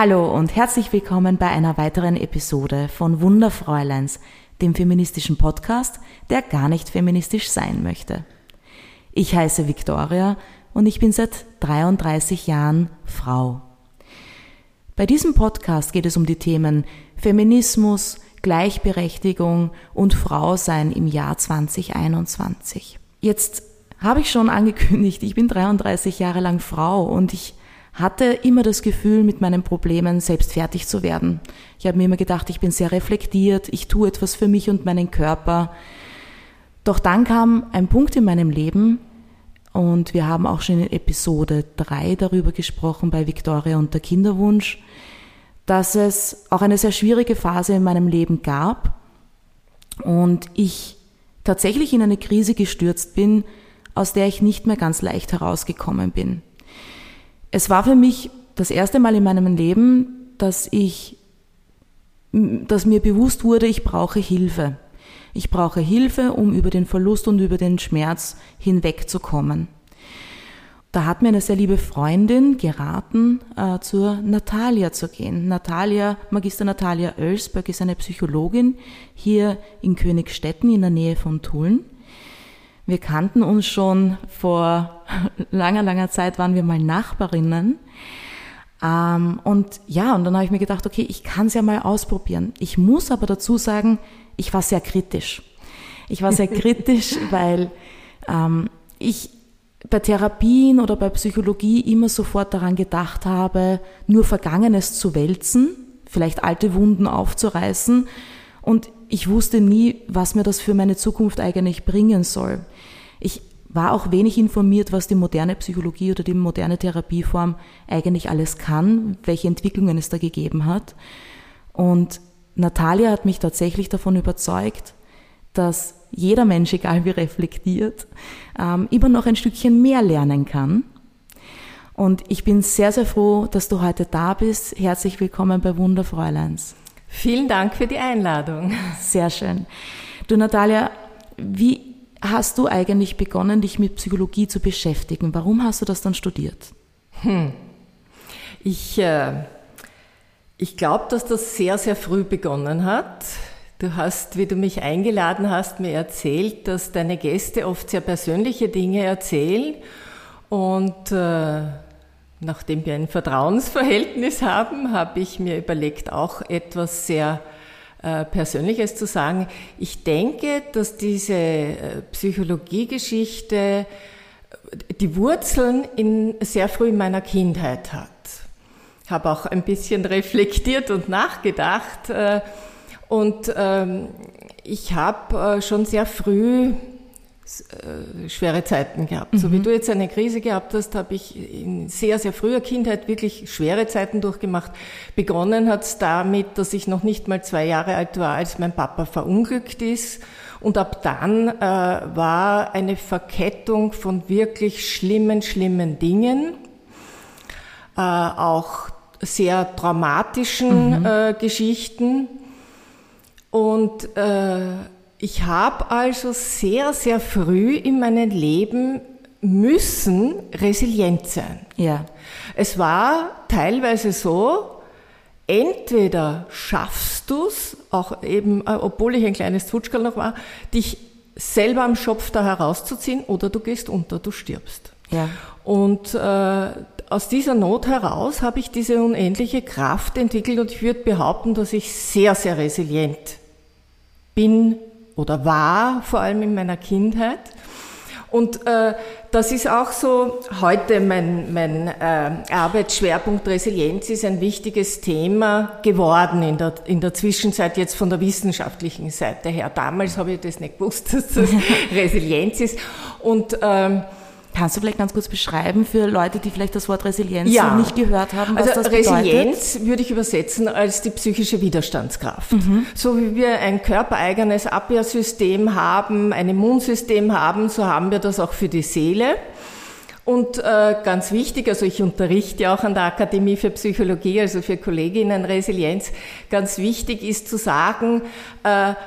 Hallo und herzlich willkommen bei einer weiteren Episode von Wunderfräuleins, dem feministischen Podcast, der gar nicht feministisch sein möchte. Ich heiße Viktoria und ich bin seit 33 Jahren Frau. Bei diesem Podcast geht es um die Themen Feminismus, Gleichberechtigung und Frausein im Jahr 2021. Jetzt habe ich schon angekündigt, ich bin 33 Jahre lang Frau und ich hatte immer das Gefühl, mit meinen Problemen selbst fertig zu werden. Ich habe mir immer gedacht, ich bin sehr reflektiert, ich tue etwas für mich und meinen Körper. Doch dann kam ein Punkt in meinem Leben und wir haben auch schon in Episode 3 darüber gesprochen bei Viktoria und der Kinderwunsch, dass es auch eine sehr schwierige Phase in meinem Leben gab und ich tatsächlich in eine Krise gestürzt bin, aus der ich nicht mehr ganz leicht herausgekommen bin. Es war für mich das erste Mal in meinem Leben, dass mir bewusst wurde, ich brauche Hilfe. Ich brauche Hilfe, um über den Verlust und über den Schmerz hinwegzukommen. Da hat mir eine sehr liebe Freundin geraten, zur Natalia zu gehen. Magister Natalia Oelsberg ist eine Psychologin hier in Königstetten in der Nähe von Tulln. Wir kannten uns schon vor langer Zeit, waren wir mal Nachbarinnen. Und dann habe ich mir gedacht, okay, ich kann es ja mal ausprobieren. Ich muss aber dazu sagen, ich war sehr kritisch. Weil ich bei Therapien oder bei Psychologie immer sofort daran gedacht habe, nur Vergangenes zu wälzen, vielleicht alte Wunden aufzureißen. Und ich wusste nie, was mir das für meine Zukunft eigentlich bringen soll. Ich war auch wenig informiert, was die moderne Psychologie oder die moderne Therapieform eigentlich alles kann, welche Entwicklungen es da gegeben hat. Und Natalia hat mich tatsächlich davon überzeugt, dass jeder Mensch, egal wie reflektiert, immer noch ein Stückchen mehr lernen kann. Und ich bin sehr, sehr froh, dass du heute da bist. Herzlich willkommen bei Wunderfräuleins. Vielen Dank für die Einladung. Sehr schön. Du Natalia, wie hast du eigentlich begonnen, dich mit Psychologie zu beschäftigen? Warum hast du das dann studiert? Ich glaube, dass das sehr, sehr früh begonnen hat. Du hast, wie du mich eingeladen hast, mir erzählt, dass deine Gäste oft sehr persönliche Dinge erzählen und nachdem wir ein Vertrauensverhältnis haben, habe ich mir überlegt, auch etwas sehr Persönliches zu sagen. Ich denke, dass diese Psychologiegeschichte die Wurzeln sehr früh in meiner Kindheit hat. Ich habe auch ein bisschen reflektiert und nachgedacht und ich habe schon sehr früh schwere Zeiten gehabt. So wie du jetzt eine Krise gehabt hast, habe ich in sehr, sehr früher Kindheit wirklich schwere Zeiten durchgemacht. Begonnen hat es damit, dass ich noch nicht mal 2 Jahre alt war, als mein Papa verunglückt ist. Und ab dann war eine Verkettung von wirklich schlimmen Dingen, auch sehr traumatischen Geschichten. Und ich habe also sehr, sehr früh in meinem Leben müssen resilient sein. Ja. Es war teilweise so, entweder schaffst du es, auch eben, obwohl ich ein kleines Zwutschgerl noch war, dich selber am Schopf da herauszuziehen, oder du gehst unter, du stirbst. Ja. Und aus dieser Not heraus habe ich diese unendliche Kraft entwickelt und ich würde behaupten, dass ich sehr, sehr resilient bin oder war, vor allem in meiner Kindheit. Und das ist auch so, heute mein Arbeitsschwerpunkt Resilienz ist ein wichtiges Thema geworden in der Zwischenzeit, jetzt von der wissenschaftlichen Seite her. Damals habe ich das nicht gewusst, dass das Resilienz ist. Und kannst du vielleicht ganz kurz beschreiben für Leute, die vielleicht das Wort Resilienz noch nicht gehört haben, was das bedeutet? Resilienz würde ich übersetzen als die psychische Widerstandskraft. So wie wir ein körpereigenes Abwehrsystem haben, ein Immunsystem haben, so haben wir das auch für die Seele. Und ganz wichtig, also ich unterrichte ja auch an der Akademie für Psychologie, also für Kolleginnen Resilienz, ganz wichtig ist zu sagen,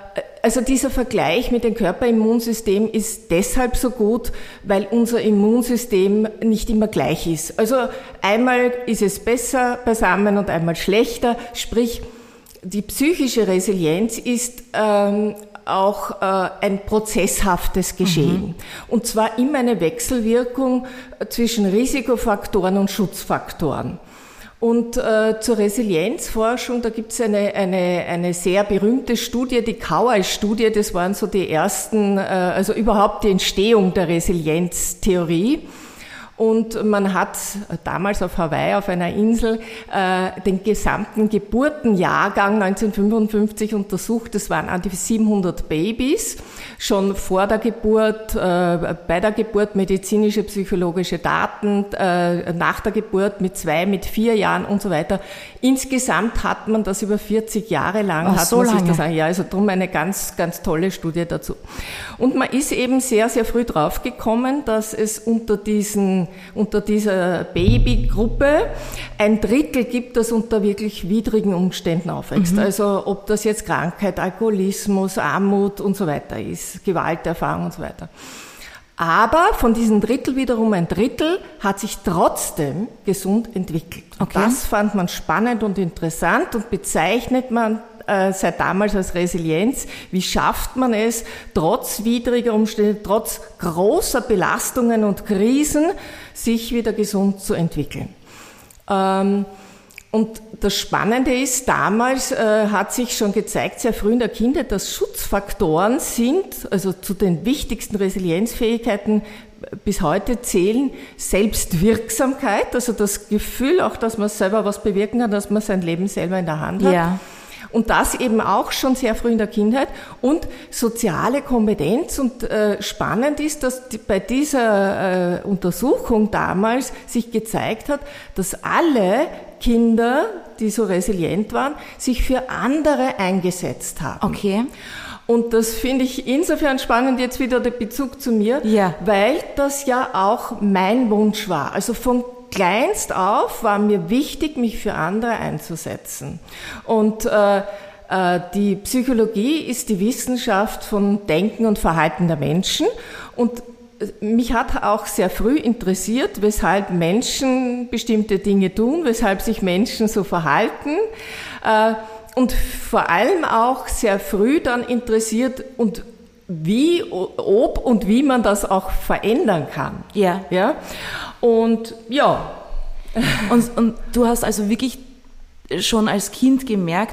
Also dieser Vergleich mit dem Körperimmunsystem ist deshalb so gut, weil unser Immunsystem nicht immer gleich ist. Also einmal ist es besser beisammen und einmal schlechter, sprich die psychische Resilienz ist auch ein prozesshaftes Geschehen. Und zwar immer eine Wechselwirkung zwischen Risikofaktoren und Schutzfaktoren. Und zur Resilienzforschung, da gibt es eine sehr berühmte Studie, die Kauai-Studie, das waren so die ersten, also überhaupt die Entstehung der Resilienztheorie. Und man hat damals auf Hawaii, auf einer Insel, den gesamten Geburtenjahrgang 1955 untersucht. Das waren an die 700 Babys, schon vor der Geburt, bei der Geburt medizinische, psychologische Daten, nach der Geburt mit 2, mit 4 Jahren und so weiter. Insgesamt hat man das über 40 Jahre lang, ja, also drum eine ganz, ganz tolle Studie dazu. Und man ist eben sehr, sehr früh draufgekommen, dass es unter dieser Babygruppe ein Drittel gibt, das unter wirklich widrigen Umständen aufwächst. Also ob das jetzt Krankheit, Alkoholismus, Armut und so weiter ist, Gewalterfahrung und so weiter. Aber von diesem Drittel wiederum ein Drittel hat sich trotzdem gesund entwickelt. Okay. Das fand man spannend und interessant und bezeichnet man seit damals als Resilienz. Wie schafft man es, trotz widriger Umstände, trotz großer Belastungen und Krisen, sich wieder gesund zu entwickeln? Und das Spannende ist, damals hat sich schon gezeigt, sehr früh in der Kindheit, dass Schutzfaktoren sind, also zu den wichtigsten Resilienzfähigkeiten bis heute zählen, Selbstwirksamkeit, also das Gefühl auch, dass man selber was bewirken kann, dass man sein Leben selber in der Hand hat. Ja. Und das eben auch schon sehr früh in der Kindheit und soziale Kompetenz. Und spannend ist, dass bei dieser Untersuchung damals sich gezeigt hat, dass alle Kinder, die so resilient waren, sich für andere eingesetzt haben. Okay. Und das finde ich insofern spannend, jetzt wieder der Bezug zu mir, weil das ja auch mein Wunsch war. Also von kleinst auf war mir wichtig, mich für andere einzusetzen. Und die Psychologie ist die Wissenschaft von Denken und Verhalten der Menschen. Und mich hat auch sehr früh interessiert, weshalb Menschen bestimmte Dinge tun, weshalb sich Menschen so verhalten. Und vor allem auch sehr früh dann interessiert und ob und wie man das auch verändern kann. Ja. Und ja. Und du hast also wirklich schon als Kind gemerkt,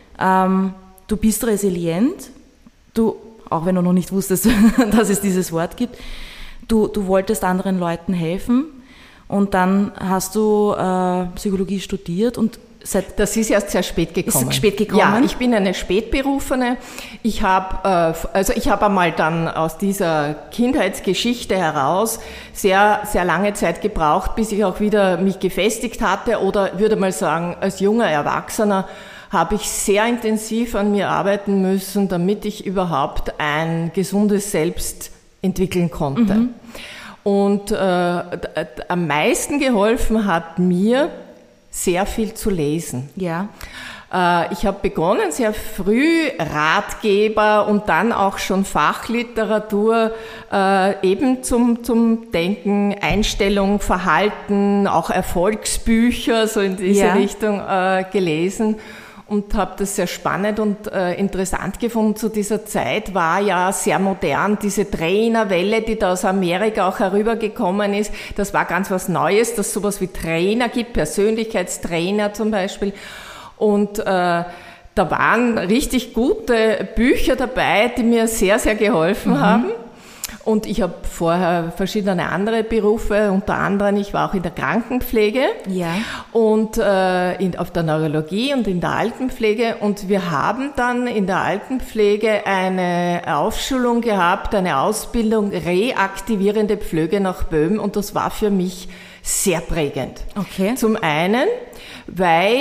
du bist resilient, auch wenn du noch nicht wusstest, dass es dieses Wort gibt, du wolltest anderen Leuten helfen und dann hast du Psychologie studiert und das ist erst sehr spät gekommen. Ist spät gekommen? Ja, ich bin eine Spätberufene. Ich habe einmal dann aus dieser Kindheitsgeschichte heraus sehr, sehr lange Zeit gebraucht, bis ich auch wieder mich gefestigt hatte oder würde mal sagen, als junger Erwachsener habe ich sehr intensiv an mir arbeiten müssen, damit ich überhaupt ein gesundes Selbst entwickeln konnte. Und am meisten geholfen hat mir, sehr viel zu lesen. Ja. Ich habe begonnen, sehr früh Ratgeber und dann auch schon Fachliteratur eben zum Denken, Einstellung, Verhalten, auch Erfolgsbücher, so in diese Richtung gelesen und habe das sehr spannend und interessant gefunden. Zu dieser Zeit war ja sehr modern diese Trainerwelle, die da aus Amerika auch herübergekommen ist. Das war ganz was Neues, dass es sowas wie Trainer gibt, Persönlichkeitstrainer zum Beispiel. Und da waren richtig gute Bücher dabei, die mir sehr, sehr geholfen haben. Und ich habe vorher verschiedene andere Berufe, unter anderem, ich war auch in der Krankenpflege und auf der Neurologie und in der Altenpflege. Und wir haben dann in der Altenpflege eine Aufschulung gehabt, eine Ausbildung reaktivierende Pflege nach Böhm. Und das war für mich sehr prägend. Okay. Zum einen, weil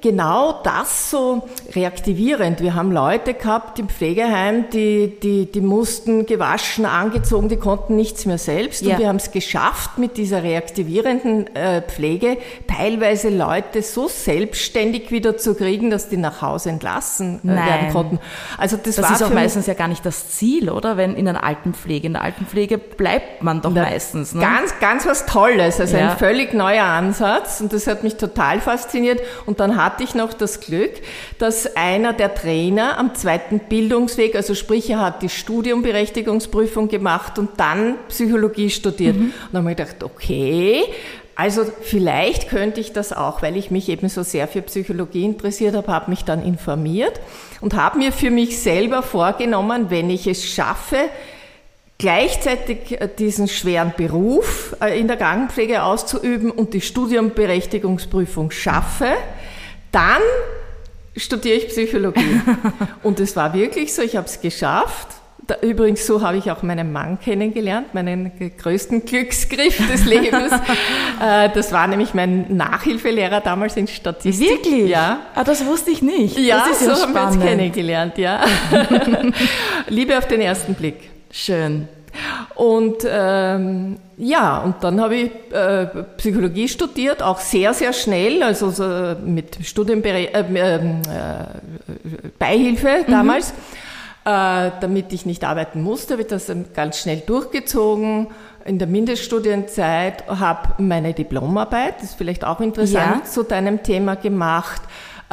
genau das so reaktivierend. Wir haben Leute gehabt im Pflegeheim, die mussten gewaschen, angezogen, die konnten nichts mehr selbst. Und wir haben es geschafft, mit dieser reaktivierenden Pflege teilweise Leute so selbstständig wieder zu kriegen, dass die nach Hause entlassen werden konnten. Also das war ist auch meistens ja gar nicht das Ziel, oder? Wenn in der Altenpflege bleibt man doch meistens. Ne? Ganz was Tolles, also ein völlig neuer Ansatz, und das hat mich total fasziniert. Und dann hatte ich noch das Glück, dass einer der Trainer am zweiten Bildungsweg, also sprich, er hat die Studiumberechtigungsprüfung gemacht und dann Psychologie studiert. Und dann habe ich gedacht, okay, also vielleicht könnte ich das auch, weil ich mich eben so sehr für Psychologie interessiert habe mich dann informiert und habe mir für mich selber vorgenommen, wenn ich es schaffe, gleichzeitig diesen schweren Beruf in der Krankenpflege auszuüben und die Studiumberechtigungsprüfung schaffe, dann studiere ich Psychologie. Und es war wirklich so, ich habe es geschafft. Übrigens, so habe ich auch meinen Mann kennengelernt, meinen größten Glücksgriff des Lebens. Das war nämlich mein Nachhilfelehrer damals in Statistik. Wirklich? Ja. Ah, das wusste ich nicht. Ja, das ist ja so spannend. haben wir uns kennengelernt, ja. Liebe auf den ersten Blick. Schön. Und und dann habe ich Psychologie studiert, auch sehr, sehr schnell, also so mit Beihilfe damals, damit ich nicht arbeiten musste, habe ich das ganz schnell durchgezogen. In der Mindeststudienzeit habe meine Diplomarbeit, das ist vielleicht auch interessant, zu deinem Thema gemacht,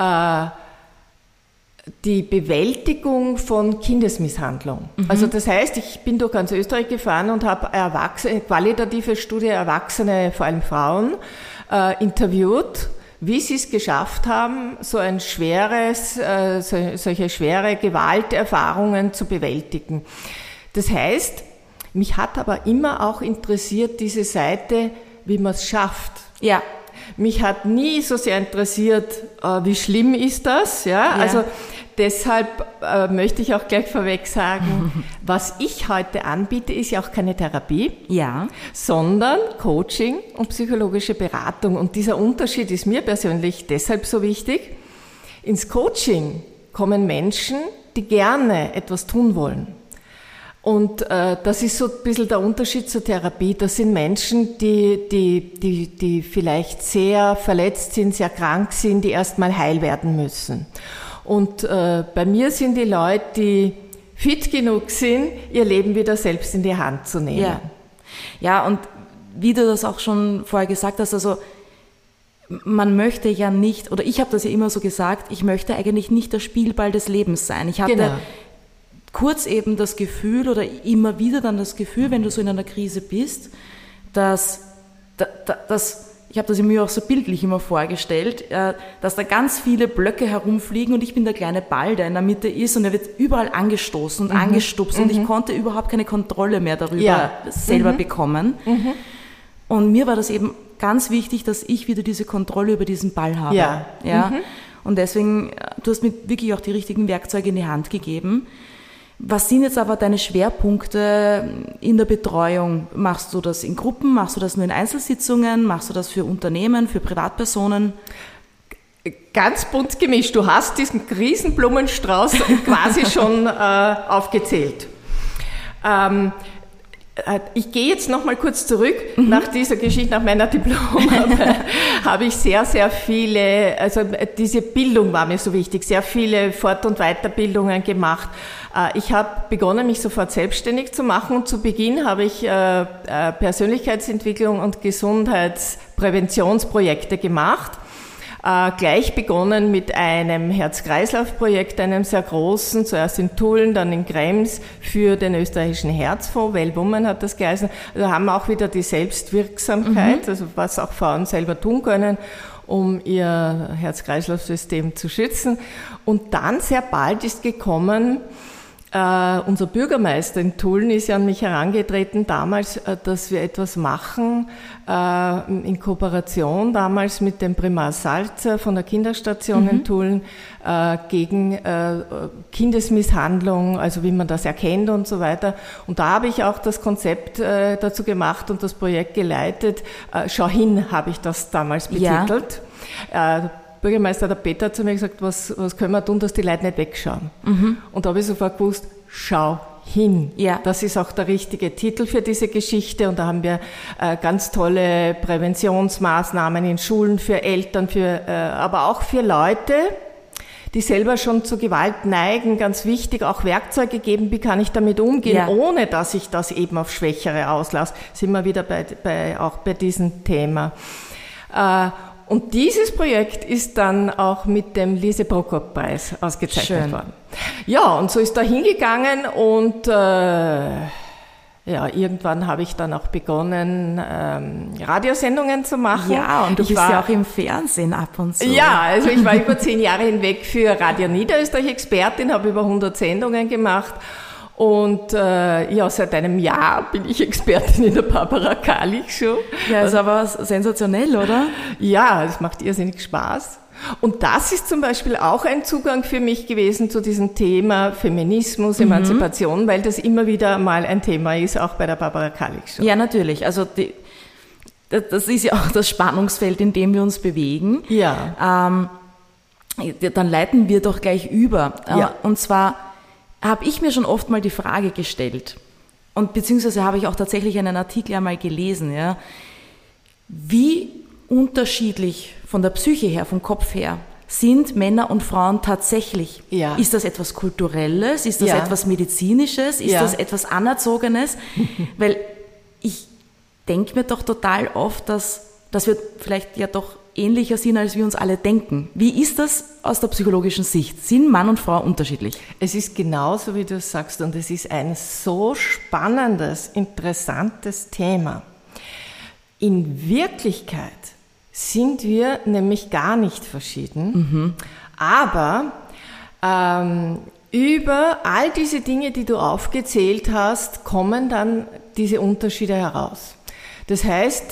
die Bewältigung von Kindesmisshandlung. Also das heißt, ich bin durch ganz Österreich gefahren und habe qualitative Studie Erwachsene, vor allem Frauen, interviewt, wie sie es geschafft haben, solche schwere Gewalterfahrungen zu bewältigen. Das heißt, mich hat aber immer auch interessiert diese Seite, wie man es schafft. Ja. Mich hat nie so sehr interessiert, wie schlimm ist das, ja. Also deshalb möchte ich auch gleich vorweg sagen, was ich heute anbiete, ist ja auch keine Therapie, sondern Coaching und psychologische Beratung. Und dieser Unterschied ist mir persönlich deshalb so wichtig. Ins Coaching kommen Menschen, die gerne etwas tun wollen. Und das ist so ein bisschen der Unterschied zur Therapie. Das sind Menschen, die vielleicht sehr verletzt sind, sehr krank sind, die erstmal heil werden müssen. Und bei mir sind die Leute, die fit genug sind, ihr Leben wieder selbst in die Hand zu nehmen. Ja, und wie du das auch schon vorher gesagt hast, also man möchte ja nicht, oder ich habe das ja immer so gesagt, ich möchte eigentlich nicht der Spielball des Lebens sein. Ich hatte kurz eben das Gefühl oder immer wieder dann das Gefühl, wenn du so in einer Krise bist, dass ich habe das mir auch so bildlich immer vorgestellt, dass da ganz viele Blöcke herumfliegen und ich bin der kleine Ball, der in der Mitte ist und er wird überall angestoßen und angestupst und ich konnte überhaupt keine Kontrolle mehr darüber selber bekommen. Und mir war das eben ganz wichtig, dass ich wieder diese Kontrolle über diesen Ball habe. Und deswegen, du hast mir wirklich auch die richtigen Werkzeuge in die Hand gegeben. Was sind jetzt aber deine Schwerpunkte in der Betreuung? Machst du das in Gruppen? Machst du das nur in Einzelsitzungen? Machst du das für Unternehmen, für Privatpersonen? Ganz bunt gemischt. Du hast diesen Riesenblumenstrauß quasi schon aufgezählt. Ich gehe jetzt noch mal kurz zurück. Nach dieser Geschichte, nach meiner Diplomarbeit, habe ich sehr, sehr viele, also diese Bildung war mir so wichtig, sehr viele Fort- und Weiterbildungen gemacht. Ich habe begonnen, mich sofort selbstständig zu machen und zu Beginn habe ich Persönlichkeitsentwicklung und Gesundheitspräventionsprojekte gemacht. Gleich begonnen mit einem Herz-Kreislauf-Projekt, einem sehr großen, zuerst in Tulln, dann in Krems für den österreichischen Herzfonds, Wellwoman hat das geheißen. Also haben wir auch wieder die Selbstwirksamkeit, also was auch Frauen selber tun können, um ihr Herz-Kreislauf-System zu schützen. Und dann sehr bald ist gekommen, unser Bürgermeister in Tulln ist ja an mich herangetreten damals, dass wir etwas machen in Kooperation damals mit dem Primar Salzer von der Kinderstation in Tulln gegen Kindesmisshandlung, also wie man das erkennt und so weiter. Und da habe ich auch das Konzept dazu gemacht und das Projekt geleitet. Schau hin, habe ich das damals betitelt. Bürgermeister, der Peter, hat zu mir gesagt, was können wir tun, dass die Leute nicht wegschauen. Und da habe ich sofort gewusst, schau hin. Ja. Das ist auch der richtige Titel für diese Geschichte. Und da haben wir ganz tolle Präventionsmaßnahmen in Schulen für Eltern, aber auch für Leute, die selber schon zu Gewalt neigen. Ganz wichtig, auch Werkzeuge geben, wie kann ich damit umgehen, ohne dass ich das eben auf Schwächere auslasse. Sind wir wieder auch bei diesem Thema. Und dieses Projekt ist dann auch mit dem Lise-Prokop-Preis ausgezeichnet worden. Ja, und so ist da hingegangen und irgendwann habe ich dann auch begonnen, Radiosendungen zu machen. Ja, und du bist ja auch im Fernsehen ab und zu. Ja, also ich war über 10 Jahre hinweg für Radio Niederösterreich Expertin, habe über 100 Sendungen gemacht. Und seit einem Jahr bin ich Expertin in der Barbara Karlich Show. Ja, ist aber sensationell, oder? Ja, es macht irrsinnig Spaß. Und das ist zum Beispiel auch ein Zugang für mich gewesen zu diesem Thema Feminismus, Emanzipation, weil das immer wieder mal ein Thema ist, auch bei der Barbara Karlich Show. Ja, natürlich. Also das ist ja auch das Spannungsfeld, in dem wir uns bewegen. Ja. Dann leiten wir doch gleich über. Ja. Und zwar habe ich mir schon oft mal die Frage gestellt und beziehungsweise habe ich auch tatsächlich einen Artikel einmal gelesen, ja, wie unterschiedlich von der Psyche her, vom Kopf her, sind Männer und Frauen tatsächlich? Ja. Ist das etwas Kulturelles? Ist das etwas Medizinisches? Ist das etwas Anerzogenes? Weil ich denke mir doch total oft, dass wir vielleicht ja doch ähnlicher sind, als wir uns alle denken. Wie ist das aus der psychologischen Sicht? Sind Mann und Frau unterschiedlich? Es ist genauso, wie du es sagst, und es ist ein so spannendes, interessantes Thema. In Wirklichkeit sind wir nämlich gar nicht verschieden, aber über all diese Dinge, die du aufgezählt hast, kommen dann diese Unterschiede heraus. Das heißt,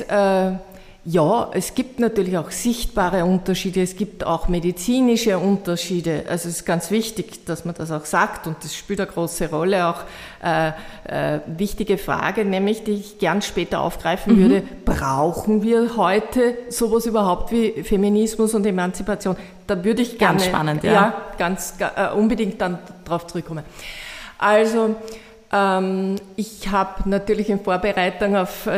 es gibt natürlich auch sichtbare Unterschiede, es gibt auch medizinische Unterschiede. Also es ist ganz wichtig, dass man das auch sagt und das spielt eine große Rolle. Auch wichtige Frage, nämlich die ich gern später aufgreifen würde. Brauchen wir heute sowas überhaupt wie Feminismus und Emanzipation? Da würde ich gerne... Ganz spannend, ganz unbedingt dann drauf zurückkommen. Also... ich habe natürlich in Vorbereitung auf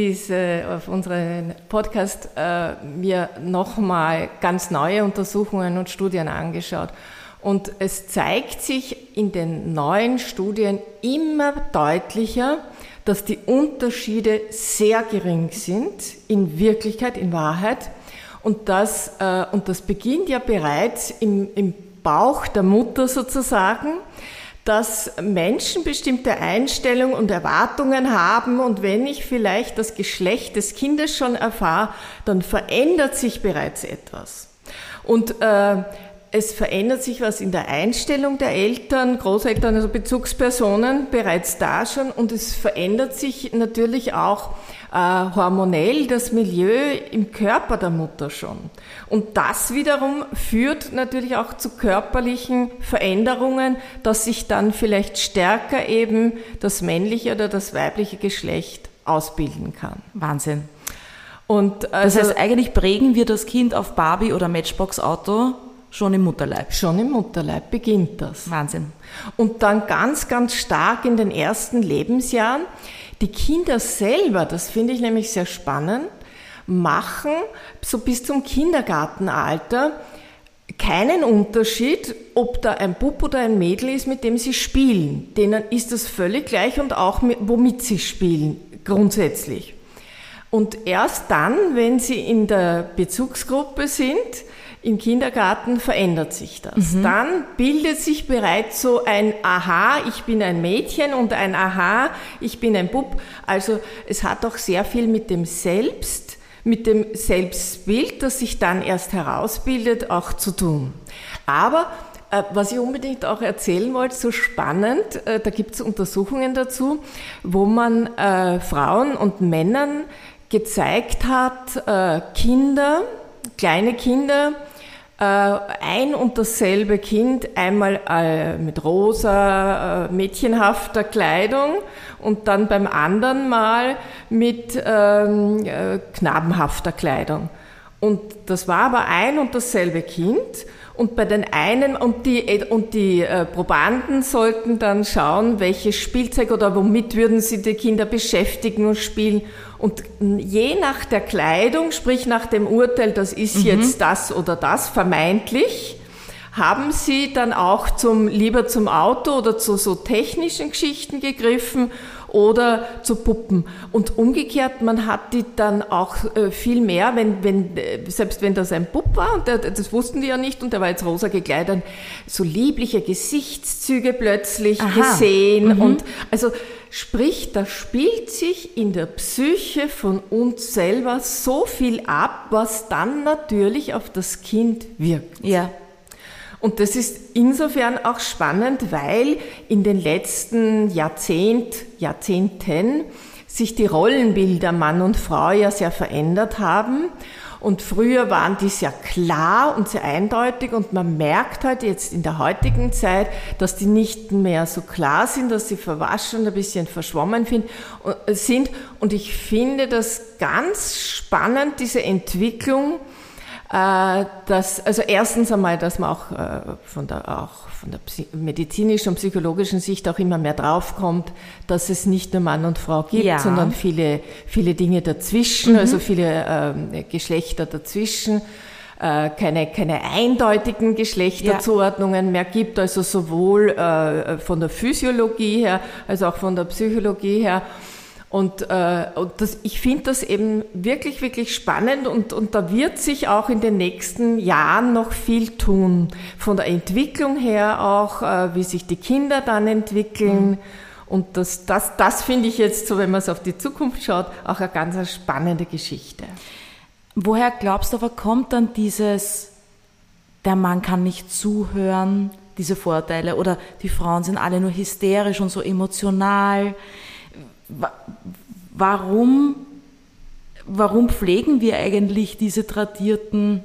unseren Podcast mir nochmal ganz neue Untersuchungen und Studien angeschaut. Und es zeigt sich in den neuen Studien immer deutlicher, dass die Unterschiede sehr gering sind, in Wirklichkeit, in Wahrheit. Und das beginnt ja bereits im Bauch der Mutter sozusagen, dass Menschen bestimmte Einstellungen und Erwartungen haben und wenn ich vielleicht das Geschlecht des Kindes schon erfahre, dann verändert sich bereits etwas. Und es verändert sich was in der Einstellung der Eltern, Großeltern, also Bezugspersonen bereits da schon und es verändert sich natürlich auch hormonell das Milieu im Körper der Mutter schon. Und das wiederum führt natürlich auch zu körperlichen Veränderungen, dass sich dann vielleicht stärker eben das männliche oder das weibliche Geschlecht ausbilden kann. Wahnsinn. Und das heißt, eigentlich prägen wir das Kind auf Barbie oder Matchbox Auto schon im Mutterleib. Schon im Mutterleib beginnt das. Wahnsinn. Und dann ganz, ganz stark in den ersten Lebensjahren. Die Kinder selber, das finde ich nämlich sehr spannend, machen so bis zum Kindergartenalter keinen Unterschied, ob da ein Bub oder ein Mädel ist, mit dem sie spielen. Denen ist das völlig gleich und auch womit sie spielen, grundsätzlich. Und erst dann, wenn sie in der Bezugsgruppe sind, im Kindergarten verändert sich das. Dann bildet sich bereits so ein Aha, ich bin ein Mädchen und ein Aha, ich bin ein Bub. Also es hat auch sehr viel mit dem Selbst, mit dem Selbstbild, das sich dann erst herausbildet, auch zu tun. Aber was ich unbedingt auch erzählen wollte, so spannend, da gibt es Untersuchungen dazu, wo man Frauen und Männern gezeigt hat, kleine Kinder, ein und dasselbe Kind, einmal mit rosa, mädchenhafter Kleidung und dann beim anderen Mal mit knabenhafter Kleidung. Und das war aber ein und dasselbe Kind. Und bei den einen, und die Probanden sollten dann schauen, welches Spielzeug oder womit würden sie die Kinder beschäftigen und spielen. Und je nach der Kleidung, sprich nach dem Urteil, das ist jetzt das oder das, vermeintlich, haben sie dann auch lieber zum Auto oder zu so technischen Geschichten gegriffen oder zu Puppen. Und umgekehrt, man hat die dann auch viel mehr, selbst wenn das ein Bub war, und das wussten die ja nicht, und der war jetzt rosa gekleidet, so liebliche Gesichtszüge plötzlich gesehen. Und also sprich, da spielt sich in der Psyche von uns selber so viel ab, was dann natürlich auf das Kind wirkt. Ja. Und das ist insofern auch spannend, weil in den letzten Jahrzehnten sich die Rollenbilder Mann und Frau ja sehr verändert haben. Und früher waren die sehr klar und sehr eindeutig, und man merkt halt jetzt in der heutigen Zeit, dass die nicht mehr so klar sind, dass sie verwaschen und ein bisschen verschwommen sind. Und ich finde das ganz spannend, diese Entwicklung, also erstens einmal, dass man auch von der medizinischen und psychologischen Sicht auch immer mehr draufkommt, dass es nicht nur Mann und Frau gibt, sondern viele Dinge dazwischen, also viele Geschlechter dazwischen, keine eindeutigen Geschlechterzuordnungen mehr gibt, also sowohl von der Physiologie her als auch von der Psychologie her. Und ich finde das eben wirklich, wirklich spannend, und da wird sich auch in den nächsten Jahren noch viel tun. Von der Entwicklung her auch, wie sich die Kinder dann entwickeln. Und das finde ich jetzt so, wenn man es auf die Zukunft schaut, auch eine ganz spannende Geschichte. Woher glaubst du aber, kommt dann der Mann kann nicht zuhören, diese Vorteile, oder die Frauen sind alle nur hysterisch und so emotional? Warum pflegen wir eigentlich diese tradierten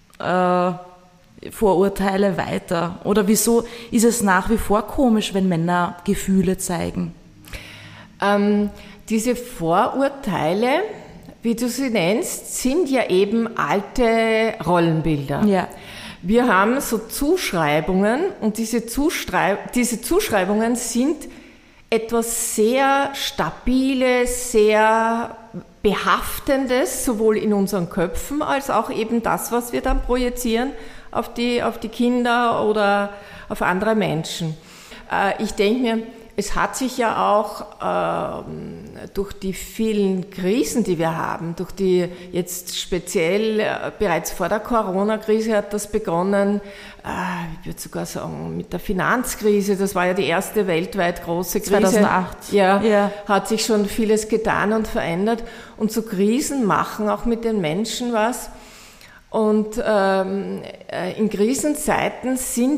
Vorurteile weiter? Oder wieso ist es nach wie vor komisch, wenn Männer Gefühle zeigen? Diese Vorurteile, wie du sie nennst, sind ja eben alte Rollenbilder. Ja. Wir haben so Zuschreibungen, und diese Zuschreibungen sind etwas sehr Stabiles, sehr Behaftendes, sowohl in unseren Köpfen als auch eben das, was wir dann projizieren auf die Kinder oder auf andere Menschen. Ich denke mir, es hat sich ja auch durch die vielen Krisen, die wir haben, durch die jetzt speziell bereits vor der Corona-Krise hat das begonnen, ich würde sogar sagen mit der Finanzkrise, das war ja die erste weltweit große Krise. 2008. Ja, hat sich schon vieles getan und verändert, und so Krisen machen auch mit den Menschen was. Und in Krisenzeiten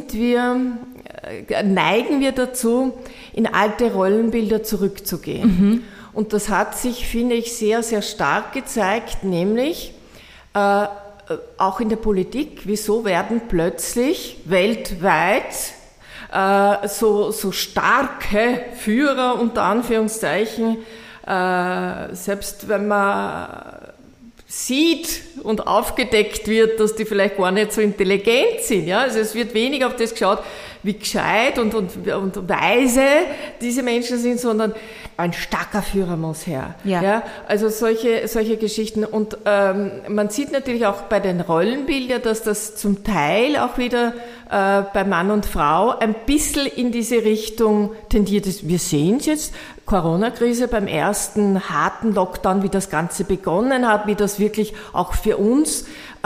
neigen wir dazu, in alte Rollenbilder zurückzugehen. Und das hat sich, finde ich, sehr, sehr stark gezeigt, nämlich auch in der Politik. Wieso werden plötzlich weltweit so starke Führer, unter Anführungszeichen, selbst wenn man sieht und aufgedeckt wird, dass die vielleicht gar nicht so intelligent sind. Ja? Also es wird weniger auf das geschaut, wie gescheit und weise diese Menschen sind, sondern ein starker Führer muss her. Ja. Ja? Also solche Geschichten. Und man sieht natürlich auch bei den Rollenbildern, dass das zum Teil auch wieder bei Mann und Frau ein bisschen in diese Richtung tendiert ist. Wir sehen es jetzt, Corona-Krise beim ersten harten Lockdown, wie das Ganze begonnen hat, wie das wirklich auch für uns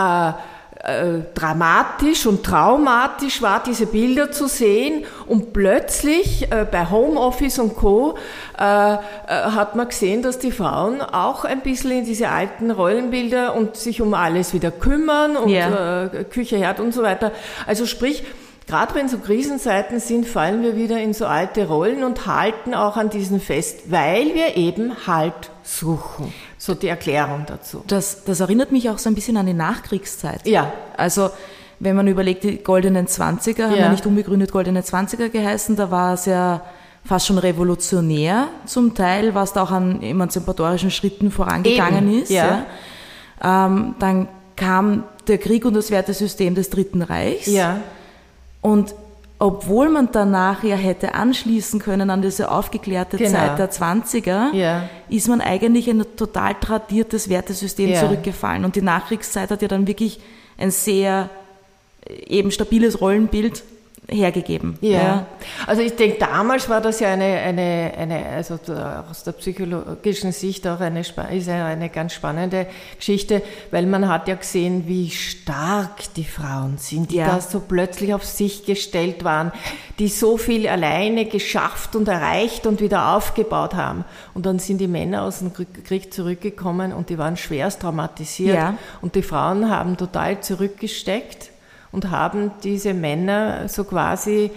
dramatisch und traumatisch war, diese Bilder zu sehen, und plötzlich bei Homeoffice und Co. Hat man gesehen, dass die Frauen auch ein bisschen in diese alten Rollenbilder und sich um alles wieder kümmern und Küche, Herd und so weiter. Also sprich, gerade wenn so Krisenzeiten sind, fallen wir wieder in so alte Rollen und halten auch an diesen fest, weil wir eben Halt suchen. So die Erklärung dazu. Das erinnert mich auch so ein bisschen an die Nachkriegszeit. Ja. Also wenn man überlegt, die goldenen 20er haben ja nicht unbegründet goldene 20er geheißen, da war es ja fast schon revolutionär zum Teil, was da auch an emanzipatorischen Schritten vorangegangen ist. Ja. Dann kam der Krieg und das Wertesystem des Dritten Reichs. Ja. Und obwohl man danach ja hätte anschließen können an diese aufgeklärte Zeit der 20er, ist man eigentlich in ein total tradiertes Wertesystem zurückgefallen. Und die Nachkriegszeit hat ja dann wirklich ein sehr eben stabiles Rollenbild hergegeben. Ja. Also ich denke, damals war das ja also aus der psychologischen Sicht auch eine ganz spannende Geschichte, weil man hat ja gesehen, wie stark die Frauen sind, die da so plötzlich auf sich gestellt waren, die so viel alleine geschafft und erreicht und wieder aufgebaut haben. Und dann sind die Männer aus dem Krieg zurückgekommen und die waren schwerst traumatisiert. Ja. Und die Frauen haben total zurückgesteckt und haben diese Männer so quasi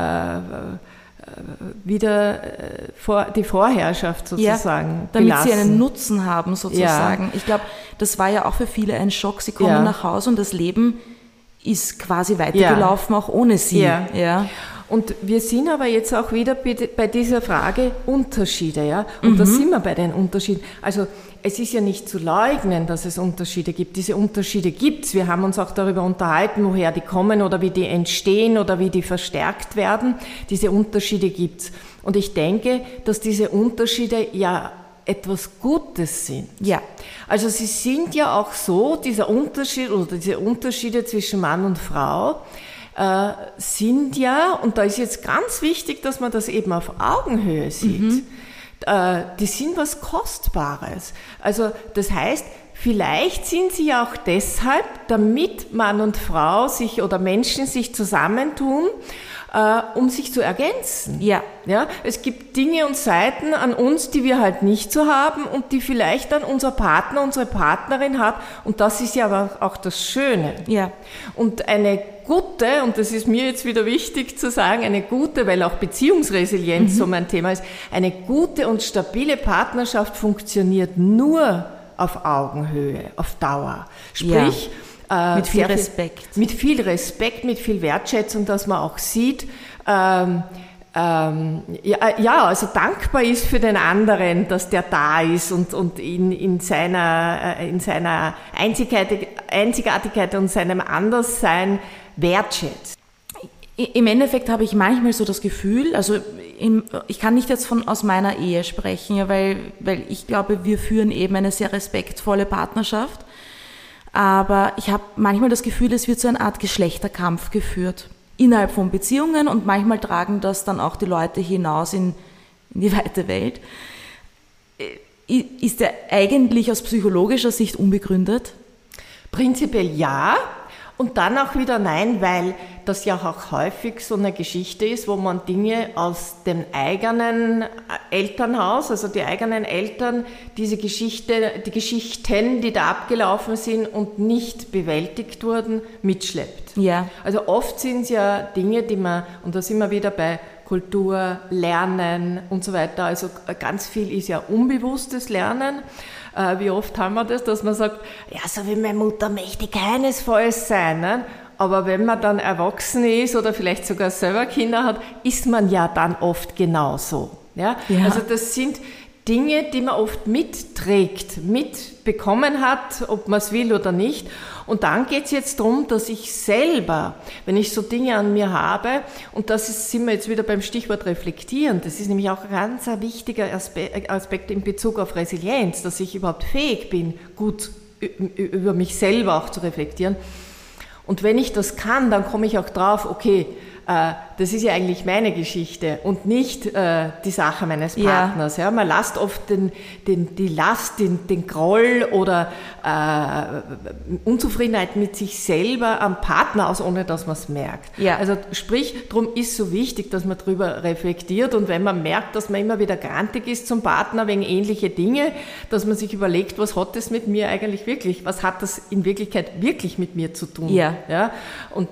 wieder die Vorherrschaft sozusagen damit gelassen. Sie einen Nutzen haben sozusagen. Ja. Ich glaube, das war ja auch für viele ein Schock. Sie kommen nach Hause und das Leben ist quasi weitergelaufen, auch ohne sie. Ja. Ja. Und wir sind aber jetzt auch wieder bei dieser Frage Unterschiede, ja. Und da sind wir bei den Unterschieden. Also es ist ja nicht zu leugnen, dass es Unterschiede gibt. Diese Unterschiede gibt's. Wir haben uns auch darüber unterhalten, woher die kommen oder wie die entstehen oder wie die verstärkt werden. Diese Unterschiede gibt's. Und ich denke, dass diese Unterschiede ja etwas Gutes sind. Ja. Also sie sind ja auch so, dieser Unterschied oder diese Unterschiede zwischen Mann und Frau, sind ja, und da ist jetzt ganz wichtig, dass man das eben auf Augenhöhe sieht, die sind was Kostbares. Also das heißt, vielleicht sind sie ja auch deshalb, damit Mann und Frau sich oder Menschen sich zusammentun, um sich zu ergänzen. Ja. Ja, es gibt Dinge und Seiten an uns, die wir halt nicht so haben und die vielleicht dann unser Partner, unsere Partnerin hat. Und das ist ja aber auch das Schöne. Ja. Und eine gute, und das ist mir jetzt wieder wichtig zu sagen, eine gute, weil auch Beziehungsresilienz so mein Thema ist, eine gute und stabile Partnerschaft funktioniert nur auf Augenhöhe, auf Dauer. Sprich, mit viel Respekt. Mit viel Respekt, mit viel Wertschätzung, dass man auch sieht, also dankbar ist für den anderen, dass der da ist und in seiner Einzigartigkeit und seinem Anderssein wertschätzt. Im Endeffekt habe ich manchmal so das Gefühl, also ich kann nicht jetzt aus meiner Ehe sprechen, ja, weil ich glaube, wir führen eben eine sehr respektvolle Partnerschaft. Aber ich habe manchmal das Gefühl, es wird so eine Art Geschlechterkampf geführt innerhalb von Beziehungen und manchmal tragen das dann auch die Leute hinaus in die weite Welt. Ist der eigentlich aus psychologischer Sicht unbegründet? Prinzipiell ja. Und dann auch wieder nein, weil das ja auch häufig so eine Geschichte ist, wo man Dinge aus dem eigenen Elternhaus, also die eigenen Eltern, die Geschichten, die da abgelaufen sind und nicht bewältigt wurden, mitschleppt. Ja. Also oft sind es ja Dinge, die man, und da sind wir wieder bei Kultur, Lernen und so weiter, also ganz viel ist ja unbewusstes Lernen. Wie oft haben wir das, dass man sagt, ja, so wie meine Mutter möchte keinesfalls sein. Ne? Aber wenn man dann erwachsen ist oder vielleicht sogar selber Kinder hat, ist man ja dann oft genauso. Ja? Ja. Also das sind Dinge, die man oft mitträgt, mitbekommen hat, ob man es will oder nicht. Und dann geht es jetzt darum, dass ich selber, wenn ich so Dinge an mir habe, und sind wir jetzt wieder beim Stichwort reflektieren, das ist nämlich auch ein ganz wichtiger Aspekt in Bezug auf Resilienz, dass ich überhaupt fähig bin, gut über mich selber auch zu reflektieren. Und wenn ich das kann, dann komme ich auch drauf, okay, das ist ja eigentlich meine Geschichte und nicht die Sache meines Partners. Ja. Man lässt oft die Last, den Groll oder Unzufriedenheit mit sich selber am Partner aus, ohne dass man es merkt. Ja. Also sprich, darum ist so wichtig, dass man darüber reflektiert und wenn man merkt, dass man immer wieder grantig ist zum Partner wegen ähnliche Dinge, dass man sich überlegt, was hat das mit mir eigentlich wirklich, was hat das in Wirklichkeit wirklich mit mir zu tun. Ja. Ja? Und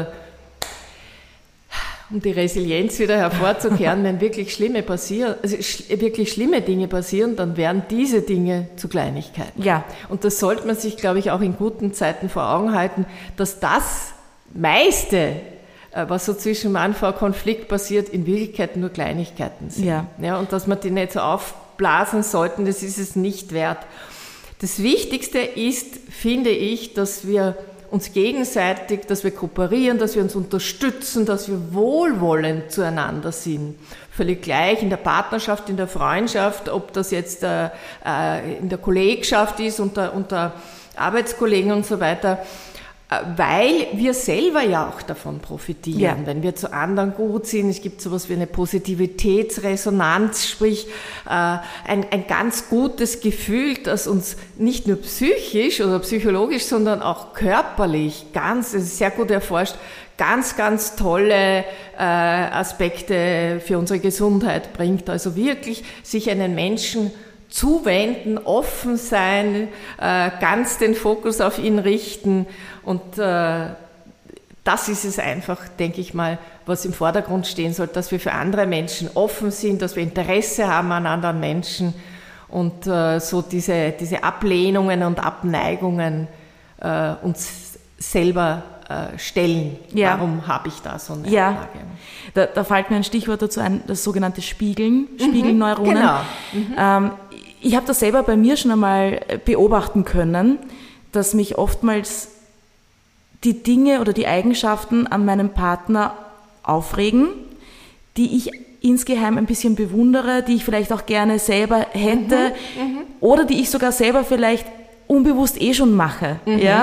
um die Resilienz wieder hervorzukehren, wenn wirklich schlimme Dinge passieren, dann werden diese Dinge zu Kleinigkeiten. Ja. Und das sollte man sich, glaube ich, auch in guten Zeiten vor Augen halten, dass das meiste, was so zwischen Mann und Frau Konflikt passiert, in Wirklichkeit nur Kleinigkeiten sind. Ja. Ja, und dass man die nicht so aufblasen sollten, das ist es nicht wert. Das Wichtigste ist, finde ich, dass wir uns gegenseitig, dass wir kooperieren, dass wir uns unterstützen, dass wir wohlwollend zueinander sind. Völlig gleich in der Partnerschaft, in der Freundschaft, ob das jetzt in der Kollegschaft ist, unter Arbeitskollegen und so weiter, weil wir selber ja auch davon profitieren, wenn wir zu anderen gut sind. Es gibt sowas wie eine Positivitätsresonanz, sprich ein ganz gutes Gefühl, das uns nicht nur psychisch oder psychologisch, sondern auch körperlich das ist sehr gut erforscht, ganz, ganz tolle Aspekte für unsere Gesundheit bringt. Also wirklich sich einen Menschen zuwenden, offen sein, ganz den Fokus auf ihn richten und das ist es einfach, denke ich mal, was im Vordergrund stehen sollte, dass wir für andere Menschen offen sind, dass wir Interesse haben an anderen Menschen und so diese Ablehnungen und Abneigungen uns selber stellen. Ja. Warum habe ich da so eine Frage? Da fällt mir ein Stichwort dazu ein, das sogenannte Spiegelneuronen. Genau. Ich habe das selber bei mir schon einmal beobachten können, dass mich oftmals die Dinge oder die Eigenschaften an meinem Partner aufregen, die ich insgeheim ein bisschen bewundere, die ich vielleicht auch gerne selber hätte oder die ich sogar selber vielleicht unbewusst schon mache.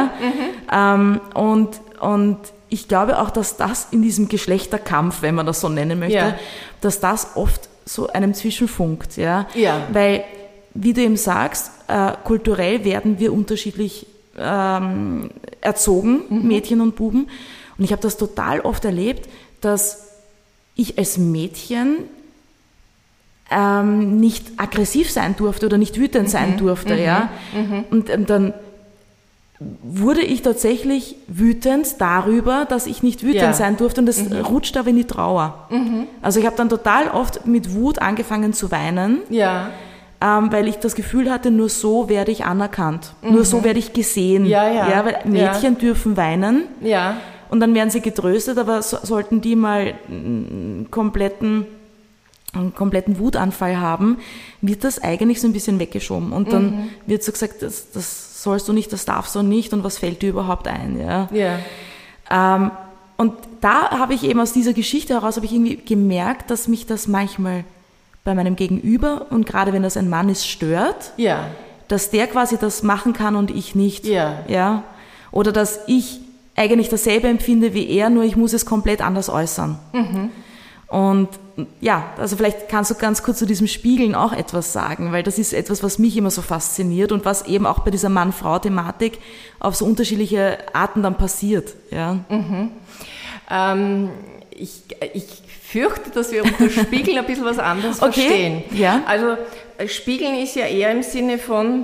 Und ich glaube auch, dass das in diesem Geschlechterkampf, wenn man das so nennen möchte, dass das oft so einem zwischenfunkt. Weil, wie du eben sagst, kulturell werden wir unterschiedlich erzogen, Mädchen und Buben. Und ich habe das total oft erlebt, dass ich als Mädchen nicht aggressiv sein durfte oder nicht wütend sein durfte. Und dann wurde ich tatsächlich wütend darüber, dass ich nicht wütend sein durfte und das rutscht aber in die Trauer. Also ich habe dann total oft mit Wut angefangen zu weinen, weil ich das Gefühl hatte, nur so werde ich anerkannt, nur so werde ich gesehen. Weil Mädchen dürfen weinen und dann werden sie getröstet, aber sollten die mal einen kompletten Wutanfall haben, wird das eigentlich so ein bisschen weggeschoben und dann wird so gesagt, das sollst du nicht, das darfst du nicht und was fällt dir überhaupt ein? Und da habe ich eben aus dieser Geschichte heraus irgendwie gemerkt, dass mich das manchmal bei meinem Gegenüber und gerade wenn das ein Mann ist, stört, dass der quasi das machen kann und ich nicht. Oder dass ich eigentlich dasselbe empfinde wie er, nur ich muss es komplett anders äußern. Und also vielleicht kannst du ganz kurz zu diesem Spiegeln auch etwas sagen, weil das ist etwas, was mich immer so fasziniert und was eben auch bei dieser Mann-Frau-Thematik auf so unterschiedliche Arten dann passiert. Ich fürchte, dass wir unter Spiegeln ein bisschen was anderes verstehen. Also Spiegeln ist ja eher im Sinne von,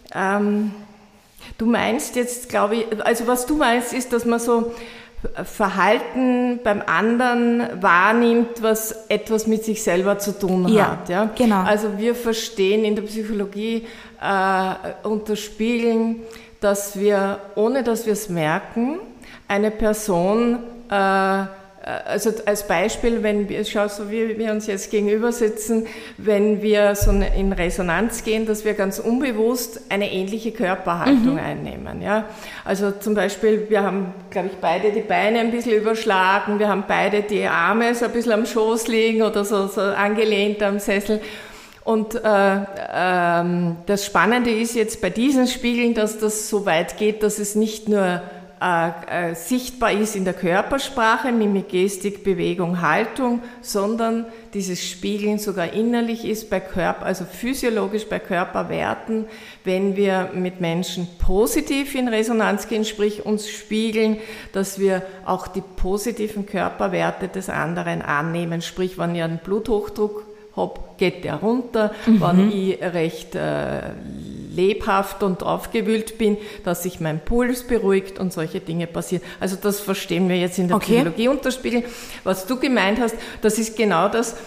du meinst jetzt, glaube ich, also was du meinst ist, dass man so Verhalten beim anderen wahrnimmt, was etwas mit sich selber zu tun hat. Genau. Also wir verstehen in der Psychologie unter Spiegeln, dass wir, ohne dass wir es merken, eine Person, also als Beispiel, wenn wir, schau so wie wir uns jetzt gegenüber sitzen, wenn wir so in Resonanz gehen, dass wir ganz unbewusst eine ähnliche Körperhaltung einnehmen. Also zum Beispiel, wir haben, glaube ich, beide die Beine ein bisschen überschlagen, wir haben beide die Arme so ein bisschen am Schoß liegen oder so angelehnt am Sessel. Und das Spannende ist jetzt bei diesen Spiegeln, dass das so weit geht, dass es nicht nur sichtbar ist in der Körpersprache, Mimik, Gestik, Bewegung, Haltung, sondern dieses Spiegeln sogar innerlich ist bei also physiologisch bei Körperwerten, wenn wir mit Menschen positiv in Resonanz gehen, sprich uns spiegeln, dass wir auch die positiven Körperwerte des anderen annehmen, sprich wenn ich einen Bluthochdruck habe, geht der runter, wenn ich recht lebhaft und aufgewühlt bin, dass sich mein Puls beruhigt und solche Dinge passieren. Also das verstehen wir jetzt in der Psychologie unter Spiegeln. Was du gemeint hast, das ist genau das,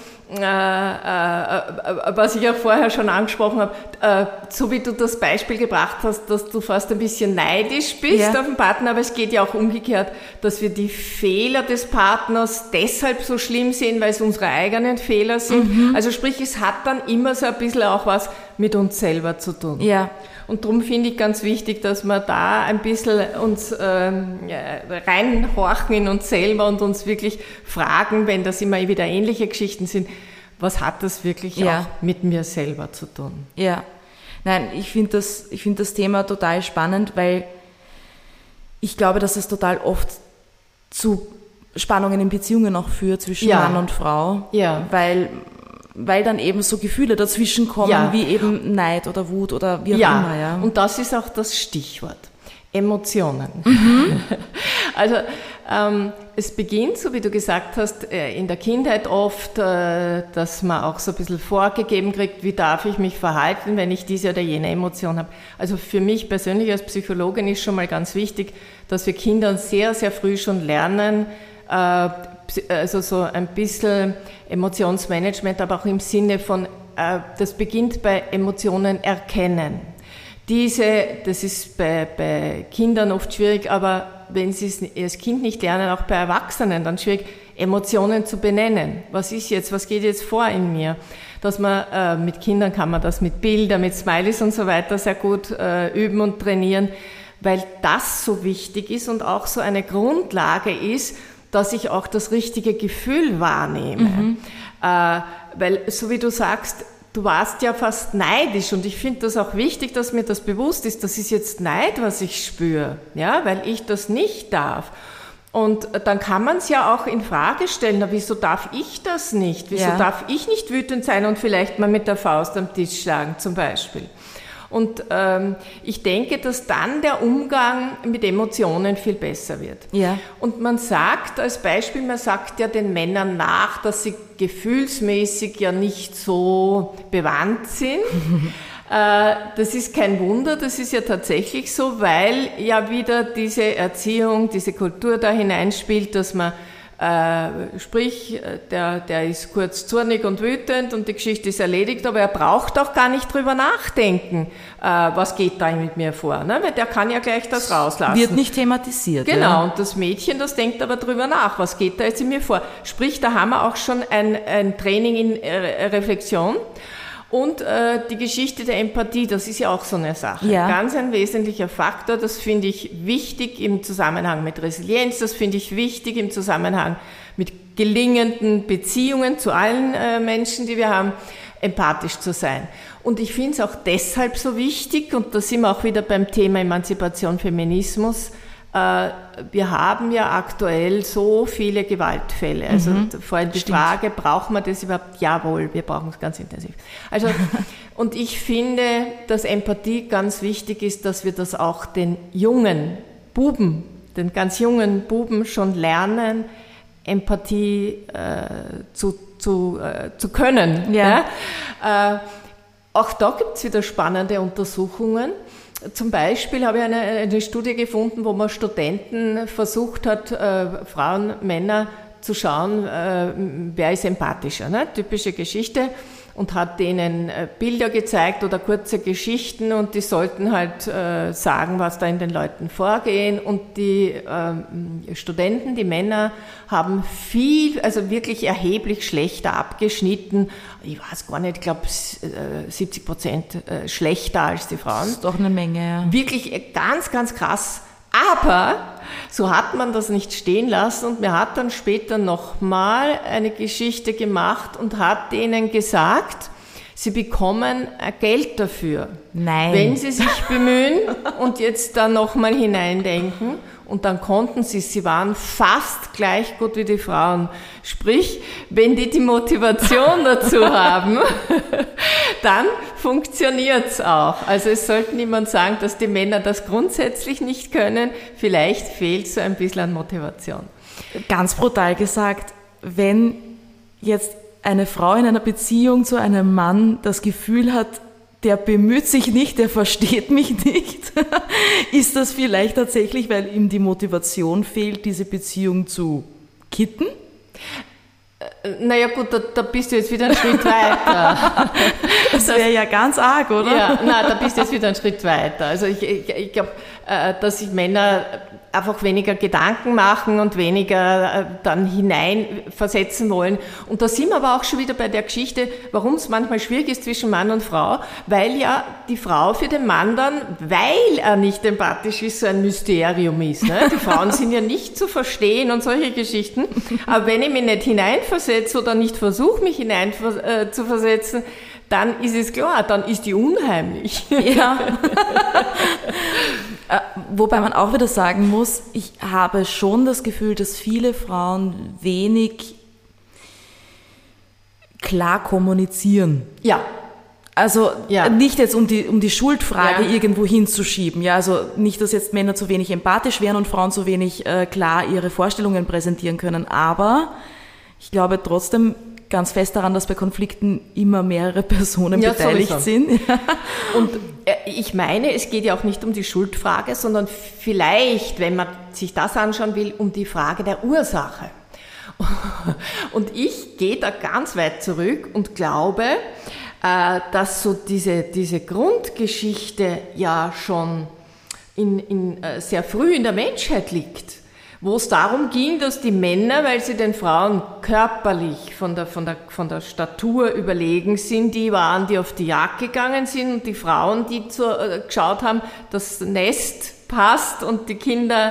was ich ja vorher schon angesprochen habe, so wie du das Beispiel gebracht hast, dass du fast ein bisschen neidisch bist auf den Partner, aber es geht ja auch umgekehrt, dass wir die Fehler des Partners deshalb so schlimm sehen, weil es unsere eigenen Fehler sind. Also sprich, es hat dann immer so ein bisschen auch was mit uns selber zu tun. Ja. Und darum finde ich ganz wichtig, dass wir da ein bisschen uns reinhorchen in uns selber und uns wirklich fragen, wenn das immer wieder ähnliche Geschichten sind, was hat das wirklich auch mit mir selber zu tun? Ja, nein, ich finde das Thema total spannend, weil ich glaube, dass es total oft zu Spannungen in Beziehungen auch führt zwischen Mann und Frau, weil dann eben so Gefühle dazwischen kommen, wie eben Neid oder Wut oder wie auch immer. Ja, und das ist auch das Stichwort. Emotionen. Also es beginnt, so wie du gesagt hast, in der Kindheit oft, dass man auch so ein bisschen vorgegeben kriegt, wie darf ich mich verhalten, wenn ich diese oder jene Emotion habe. Also für mich persönlich als Psychologin ist schon mal ganz wichtig, dass wir Kindern sehr, sehr früh schon lernen, also so ein bisschen Emotionsmanagement, aber auch im Sinne von, das beginnt bei Emotionen erkennen. Das ist bei Kindern oft schwierig, aber wenn sie es als Kind nicht lernen, auch bei Erwachsenen, dann schwierig, Emotionen zu benennen. Was ist jetzt, was geht jetzt vor in mir? Dass man, mit Kindern kann man das mit Bildern, mit Smileys und so weiter sehr gut üben und trainieren, weil das so wichtig ist und auch so eine Grundlage ist, dass ich auch das richtige Gefühl wahrnehme. Weil, so wie du sagst, du warst ja fast neidisch und ich finde das auch wichtig, dass mir das bewusst ist, das ist jetzt Neid, was ich spüre, ja, weil ich das nicht darf. Und dann kann man es ja auch in Frage stellen, na, wieso darf ich das nicht? Wieso darf ich nicht wütend sein und vielleicht mal mit der Faust am Tisch schlagen zum Beispiel? Und ich denke, dass dann der Umgang mit Emotionen viel besser wird. Ja. Und man sagt als Beispiel, man sagt ja den Männern nach, dass sie gefühlsmäßig ja nicht so bewandt sind. Das ist kein Wunder, das ist ja tatsächlich so, weil ja wieder diese Erziehung, diese Kultur da hineinspielt, dass man sprich, der ist kurz zornig und wütend und die Geschichte ist erledigt, aber er braucht auch gar nicht drüber nachdenken, was geht da mit mir vor, ne? Weil der kann ja gleich das rauslassen. Wird nicht thematisiert. Genau, ja. Und das Mädchen, das denkt aber drüber nach, was geht da jetzt in mir vor. Sprich, da haben wir auch schon ein Training in Reflexion. Und die Geschichte der Empathie, das ist ja auch so eine Sache. Ja. Ganz ein wesentlicher Faktor, das finde ich wichtig im Zusammenhang mit Resilienz, das finde ich wichtig im Zusammenhang mit gelingenden Beziehungen zu allen Menschen, die wir haben, empathisch zu sein. Und ich finde es auch deshalb so wichtig, und da sind wir auch wieder beim Thema Emanzipation, Feminismus, wir haben ja aktuell so viele Gewaltfälle. Also vor allem die Frage, braucht man das überhaupt? Jawohl, wir brauchen es ganz intensiv. Also, und ich finde, dass Empathie ganz wichtig ist, dass wir das auch den jungen Buben, den ganz jungen Buben schon lernen, Empathie zu können. Ja. Ja? Auch da gibt es wieder spannende Untersuchungen. Zum Beispiel habe ich eine Studie gefunden, wo man Studenten versucht hat, Frauen, Männer zu schauen, wer ist empathischer, ne? Typische Geschichte, und hat denen Bilder gezeigt oder kurze Geschichten und die sollten halt sagen, was da in den Leuten vorgehen, und die Studenten, die Männer, haben also wirklich erheblich schlechter abgeschnitten. Ich weiß gar nicht, ich glaube 70% schlechter als die Frauen. Das ist doch eine Menge, ja. Wirklich ganz, ganz krass. Aber so hat man das nicht stehen lassen, und mir hat dann später nochmal eine Geschichte gemacht und hat denen gesagt, sie bekommen Geld dafür. Nein. Wenn sie sich bemühen und jetzt dann nochmal hineindenken. Und dann konnten sie waren fast gleich gut wie die Frauen. Sprich, wenn die Motivation dazu haben, dann funktioniert's auch. Also es sollte niemand sagen, dass die Männer das grundsätzlich nicht können. Vielleicht fehlt so ein bisschen an Motivation. Ganz brutal gesagt, wenn jetzt eine Frau in einer Beziehung zu einem Mann das Gefühl hat, der bemüht sich nicht, der versteht mich nicht, ist das vielleicht tatsächlich, weil ihm die Motivation fehlt, diese Beziehung zu kitten? Naja gut, da bist du jetzt wieder einen Schritt weiter. Das wäre ja ganz arg, oder? Ja, nein, da bist du jetzt wieder einen Schritt weiter. Also ich glaube, dass sich Männer einfach weniger Gedanken machen und weniger dann hineinversetzen wollen. Und da sind wir aber auch schon wieder bei der Geschichte, warum es manchmal schwierig ist zwischen Mann und Frau, weil ja die Frau für den Mann dann, weil er nicht empathisch ist, so ein Mysterium ist. Ne? Die Frauen sind ja nicht zu verstehen und solche Geschichten. Aber wenn ich mich nicht hineinversetze oder nicht versuche, mich hinein zu versetzen, dann ist es klar, dann ist die unheimlich. Ja. Wobei man auch wieder sagen muss, ich habe schon das Gefühl, dass viele Frauen wenig klar kommunizieren. Ja. Also nicht jetzt um die Schuldfrage irgendwo hinzuschieben. Ja, also nicht, dass jetzt Männer zu wenig empathisch wären und Frauen zu wenig klar ihre Vorstellungen präsentieren können. Aber ich glaube trotzdem ganz fest daran, dass bei Konflikten immer mehrere Personen beteiligt sind. Und ich meine, es geht ja auch nicht um die Schuldfrage, sondern vielleicht, wenn man sich das anschauen will, um die Frage der Ursache. Und ich gehe da ganz weit zurück und glaube, dass so diese Grundgeschichte ja schon sehr früh in der Menschheit liegt, wo es darum ging, dass die Männer, weil sie den Frauen körperlich von der Statur überlegen sind, die waren, die auf die Jagd gegangen sind, und die Frauen, die geschaut haben, dass das Nest passt und die Kinder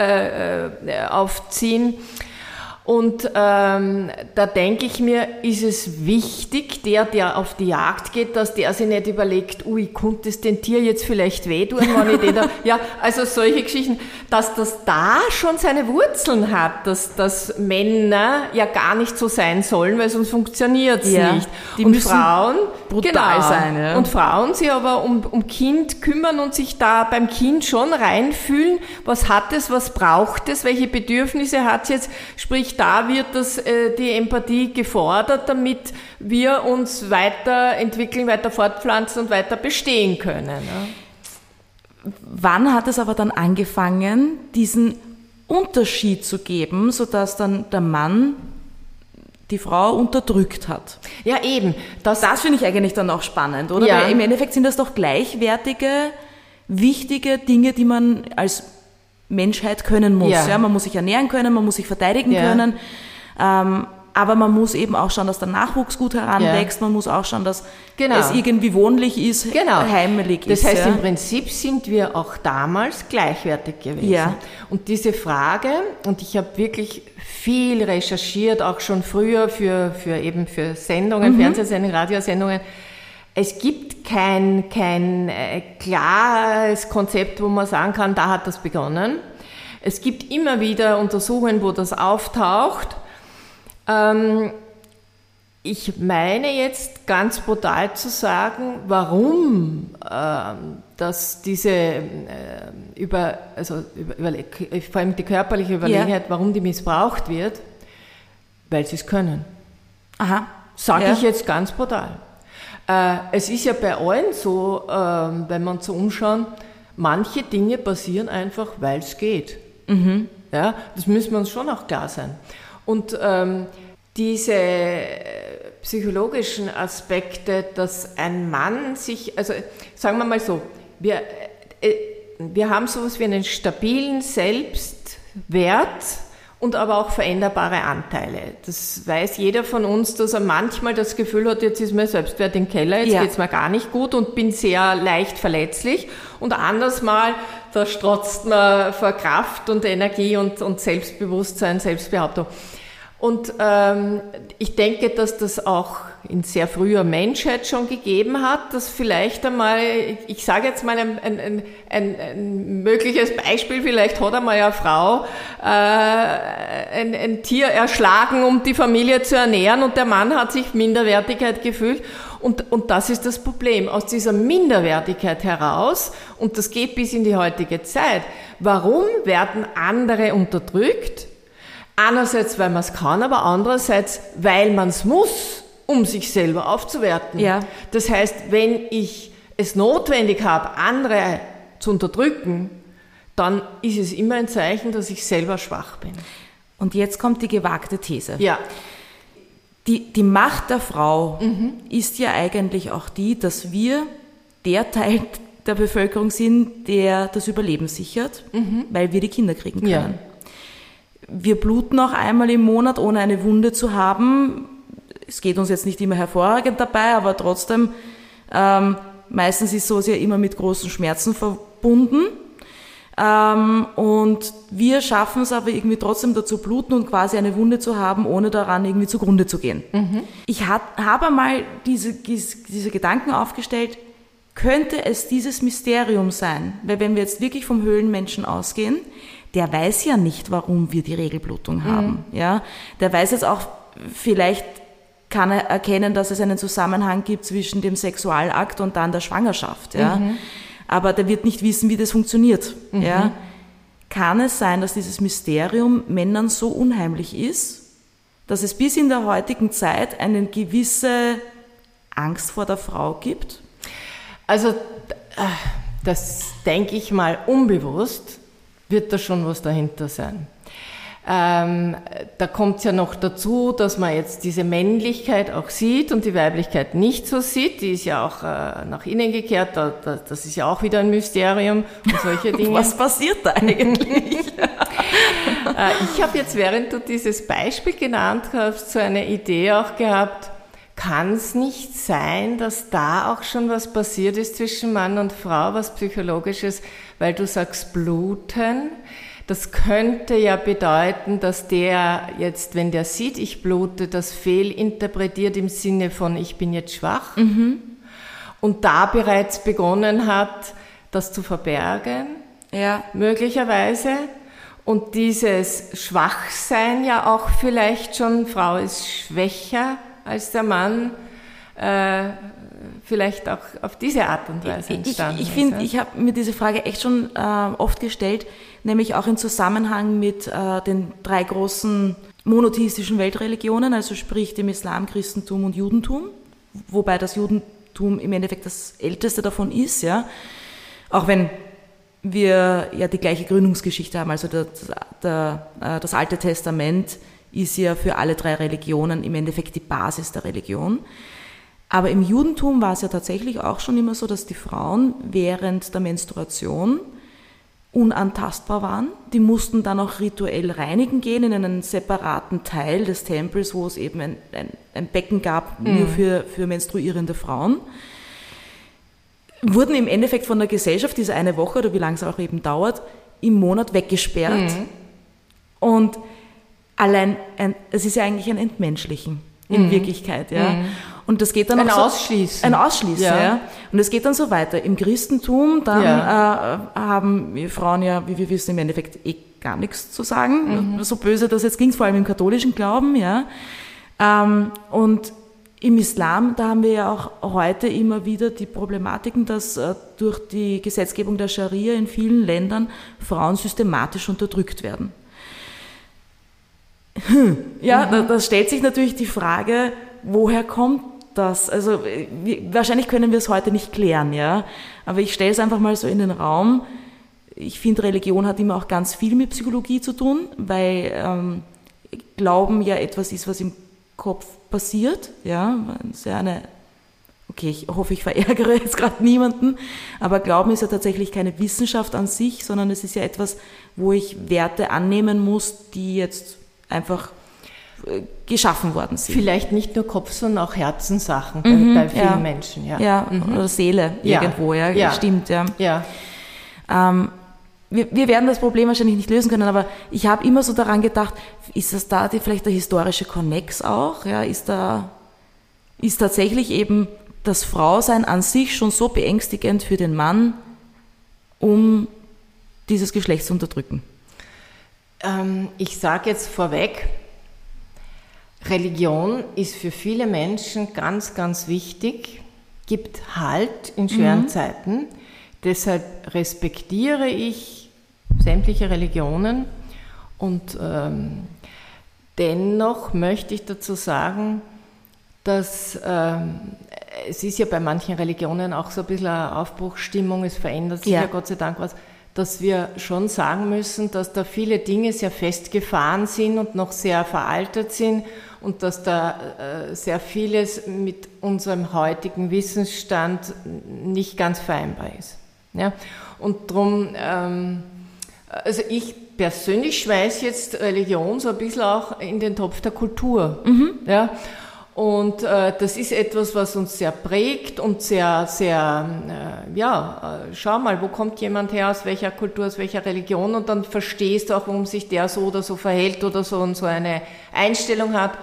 aufziehen. Und da denke ich mir, ist es wichtig, der auf die Jagd geht, dass der sich nicht überlegt, konnte es dem Tier jetzt vielleicht wehtun, wenn ich den da... Ja, also solche Geschichten, dass das da schon seine Wurzeln hat, dass Männer ja gar nicht so sein sollen, weil sonst funktioniert es nicht. Die müssen Frauen brutal sein. Ja. Und Frauen sich aber um Kind kümmern und sich da beim Kind schon reinfühlen, was hat es, was braucht es, welche Bedürfnisse hat es jetzt, sprich, da wird die Empathie gefordert, damit wir uns weiterentwickeln, weiter fortpflanzen und weiter bestehen können. Ja. Wann hat es aber dann angefangen, diesen Unterschied zu geben, sodass dann der Mann die Frau unterdrückt hat? Ja, eben. Das finde ich eigentlich dann auch spannend, oder? Ja. Weil im Endeffekt sind das doch gleichwertige, wichtige Dinge, die man als Menschheit können muss. Ja. Man muss sich ernähren können, man muss sich verteidigen können, aber man muss eben auch schauen, dass der Nachwuchs gut heranwächst, man muss auch schauen, dass es irgendwie wohnlich ist, heimelig ist. Das heißt, im Prinzip sind wir auch damals gleichwertig gewesen. Ja. Und diese Frage, und ich habe wirklich viel recherchiert, auch schon früher für Sendungen, Fernsehsendungen, Radiosendungen. Es gibt kein klares Konzept, wo man sagen kann, da hat das begonnen. Es gibt immer wieder Untersuchungen, wo das auftaucht. Ich meine jetzt ganz brutal zu sagen, warum dass diese vor allem die körperliche Überlegenheit, warum die missbraucht wird, weil sie es können. Aha. Sage ich jetzt ganz brutal. Es ist ja bei allen so, wenn man so umschauen, manche Dinge passieren einfach, weil es geht. Mhm. Ja, das müssen wir uns schon auch klar sein. Und diese psychologischen Aspekte, dass ein Mann sich, also sagen wir mal so, wir haben sowas wie einen stabilen Selbstwert und aber auch veränderbare Anteile. Das weiß jeder von uns, dass er manchmal das Gefühl hat, jetzt ist mein Selbstwert im Keller, jetzt geht's mir gar nicht gut und bin sehr leicht verletzlich. Und anders mal, da strotzt man vor Kraft und Energie und Selbstbewusstsein, Selbstbehauptung. Und ich denke, dass das auch in sehr früher Menschheit schon gegeben hat, dass vielleicht einmal, ich sage jetzt mal ein mögliches Beispiel, vielleicht hat einmal eine Frau ein Tier erschlagen, um die Familie zu ernähren, und der Mann hat sich Minderwertigkeit gefühlt. Und das ist das Problem. Aus dieser Minderwertigkeit heraus, und das geht bis in die heutige Zeit, warum werden andere unterdrückt? Einerseits, weil man es kann, aber andererseits, weil man es muss, um sich selber aufzuwerten. Ja. Das heißt, wenn ich es notwendig habe, andere zu unterdrücken, dann ist es immer ein Zeichen, dass ich selber schwach bin. Und jetzt kommt die gewagte These. Ja. Die Macht der Frau ist ja eigentlich auch die, dass wir der Teil der Bevölkerung sind, der das Überleben sichert, weil wir die Kinder kriegen können. Ja. Wir bluten auch einmal im Monat, ohne eine Wunde zu haben. Es geht uns jetzt nicht immer hervorragend dabei, aber trotzdem, meistens ist sowas ja immer mit großen Schmerzen verbunden. Und wir schaffen es aber irgendwie trotzdem dazu, bluten und quasi eine Wunde zu haben, ohne daran irgendwie zugrunde zu gehen. Ich habe mal diese Gedanken aufgestellt, könnte es dieses Mysterium sein? Weil wenn wir jetzt wirklich vom Höhlenmenschen ausgehen, der weiß ja nicht, warum wir die Regelblutung haben. Ja? Der weiß jetzt auch, vielleicht kann er erkennen, dass es einen Zusammenhang gibt zwischen dem Sexualakt und dann der Schwangerschaft. Ja? Aber der wird nicht wissen, wie das funktioniert. Ja? Kann es sein, dass dieses Mysterium Männern so unheimlich ist, dass es bis in der heutigen Zeit eine gewisse Angst vor der Frau gibt? Also das denke ich mal unbewusst, wird da schon was dahinter sein. Da kommt es ja noch dazu, dass man jetzt diese Männlichkeit auch sieht und die Weiblichkeit nicht so sieht. Die ist ja auch nach innen gekehrt, das ist ja auch wieder ein Mysterium und solche Dinge. Was passiert da eigentlich? Ich habe jetzt, während du dieses Beispiel genannt hast, so eine Idee auch gehabt, kann es nicht sein, dass da auch schon was passiert ist zwischen Mann und Frau, was Psychologisches, weil du sagst Bluten. Das könnte ja bedeuten, dass der jetzt, wenn der sieht, ich blute, das fehlinterpretiert im Sinne von, ich bin jetzt schwach und da bereits begonnen hat, das zu verbergen, möglicherweise. Und dieses Schwachsein ja auch vielleicht schon, Frau ist schwächer als der Mann, vielleicht auch auf diese Art und Weise entstanden ist. Ich habe mir diese Frage echt schon oft gestellt, nämlich auch im Zusammenhang mit den 3 großen monotheistischen Weltreligionen, also sprich dem Islam, Christentum und Judentum, wobei das Judentum im Endeffekt das älteste davon ist, ja, auch wenn wir ja die gleiche Gründungsgeschichte haben, also das Alte Testament ist ja für alle 3 Religionen im Endeffekt die Basis der Religion. Aber im Judentum war es ja tatsächlich auch schon immer so, dass die Frauen während der Menstruation unantastbar waren. Die mussten dann auch rituell reinigen gehen in einen separaten Teil des Tempels, wo es eben ein Becken gab, nur für menstruierende Frauen. Wurden im Endeffekt von der Gesellschaft diese eine Woche, oder wie lange es auch eben dauert, im Monat weggesperrt. Und allein, es ist ja eigentlich ein Entmenschlichen in Wirklichkeit, ja. Und das geht dann ein auch so, Ausschließen. Ein Ausschließen, ja. Und es geht dann so weiter. Im Christentum, dann haben Frauen ja, wie wir wissen, im Endeffekt gar nichts zu sagen. So böse das jetzt ging, vor allem im katholischen Glauben, ja. Und im Islam, da haben wir ja auch heute immer wieder die Problematiken, dass durch die Gesetzgebung der Scharia in vielen Ländern Frauen systematisch unterdrückt werden. Ja, da stellt sich natürlich die Frage, woher kommt das? Also wahrscheinlich können wir es heute nicht klären, ja. Aber ich stelle es einfach mal so in den Raum. Ich finde, Religion hat immer auch ganz viel mit Psychologie zu tun, weil Glauben ja etwas ist, was im Kopf passiert, ja. Okay, ich hoffe, ich verärgere jetzt gerade niemanden, aber Glauben ist ja tatsächlich keine Wissenschaft an sich, sondern es ist ja etwas, wo ich Werte annehmen muss, die jetzt einfach geschaffen worden sind. Vielleicht nicht nur Kopf, sondern auch Herzenssachen bei vielen Menschen. Ja, oder Seele irgendwo, ja. Stimmt, ja. Wir werden das Problem wahrscheinlich nicht lösen können, aber ich habe immer so daran gedacht, ist das da vielleicht der historische Konnex auch? Ja, ist tatsächlich eben das Frausein an sich schon so beängstigend für den Mann, um dieses Geschlecht zu unterdrücken? Ich sage jetzt vorweg, Religion ist für viele Menschen ganz, ganz wichtig, gibt Halt in schweren Zeiten. Deshalb respektiere ich sämtliche Religionen und dennoch möchte ich dazu sagen, dass es ist ja bei manchen Religionen auch so ein bisschen eine Aufbruchsstimmung, es verändert sich ja Gott sei Dank was, dass wir schon sagen müssen, dass da viele Dinge sehr festgefahren sind und noch sehr veraltet sind und dass da sehr vieles mit unserem heutigen Wissensstand nicht ganz vereinbar ist. Ja? Und darum, also ich persönlich schmeiße jetzt Religion so ein bisschen auch in den Topf der Kultur. Ja? Und das ist etwas, was uns sehr prägt und sehr, schau mal, wo kommt jemand her, aus welcher Kultur, aus welcher Religion, und dann verstehst du auch, warum sich der so oder so verhält oder so und so eine Einstellung hat.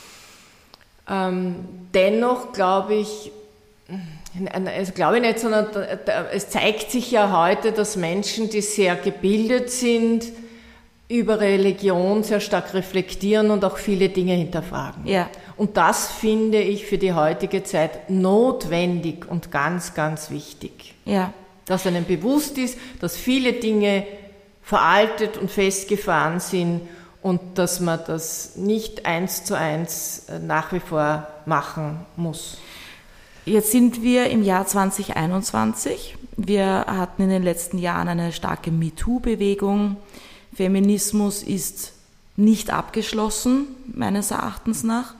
Dennoch glaube ich nicht, sondern es zeigt sich ja heute, dass Menschen, die sehr gebildet sind, über Religion sehr stark reflektieren und auch viele Dinge hinterfragen. Ja. Und das finde ich für die heutige Zeit notwendig und ganz, ganz wichtig. Ja. Dass einem bewusst ist, dass viele Dinge veraltet und festgefahren sind und dass man das nicht 1:1 nach wie vor machen muss. Jetzt sind wir im Jahr 2021. Wir hatten in den letzten Jahren eine starke MeToo-Bewegung. Feminismus ist nicht abgeschlossen, meines Erachtens nach.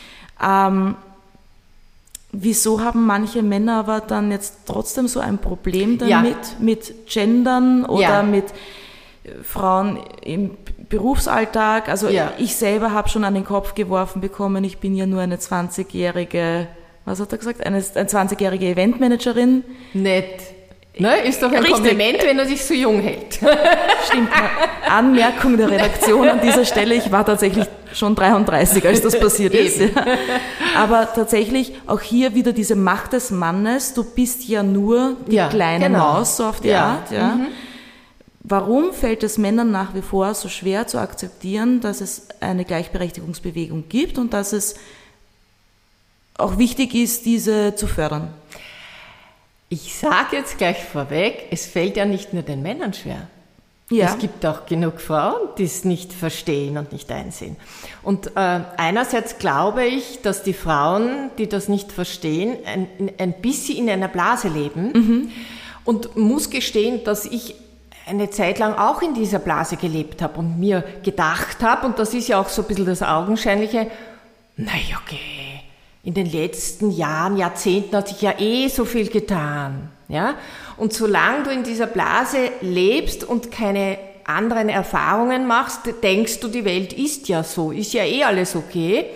Wieso haben manche Männer aber dann jetzt trotzdem so ein Problem damit, mit Gendern oder mit Frauen im Berufsalltag? Also ich selber habe schon an den Kopf geworfen bekommen, ich bin ja nur eine 20-jährige, was hat er gesagt, eine 20-jährige Eventmanagerin. Nett. Ne, ist doch ein Kompliment, wenn er sich so jung hält. Stimmt. Anmerkung der Redaktion an dieser Stelle, ich war tatsächlich schon 33, als das passiert ist. Ja. Aber tatsächlich auch hier wieder diese Macht des Mannes, du bist ja nur die kleine Maus, so auf die Art. Ja. Warum fällt es Männern nach wie vor so schwer zu akzeptieren, dass es eine Gleichberechtigungsbewegung gibt und dass es auch wichtig ist, diese zu fördern? Ich sage jetzt gleich vorweg, es fällt ja nicht nur den Männern schwer. Ja. Es gibt auch genug Frauen, die es nicht verstehen und nicht einsehen. Und einerseits glaube ich, dass die Frauen, die das nicht verstehen, ein bisschen in einer Blase leben und muss gestehen, dass ich eine Zeit lang auch in dieser Blase gelebt habe und mir gedacht habe, und das ist ja auch so ein bisschen das Augenscheinliche, naja, okay, in den letzten Jahren, Jahrzehnten hat sich ja so viel getan. Ja? Und solange du in dieser Blase lebst und keine anderen Erfahrungen machst, denkst du, die Welt ist ja so, ist ja alles okay.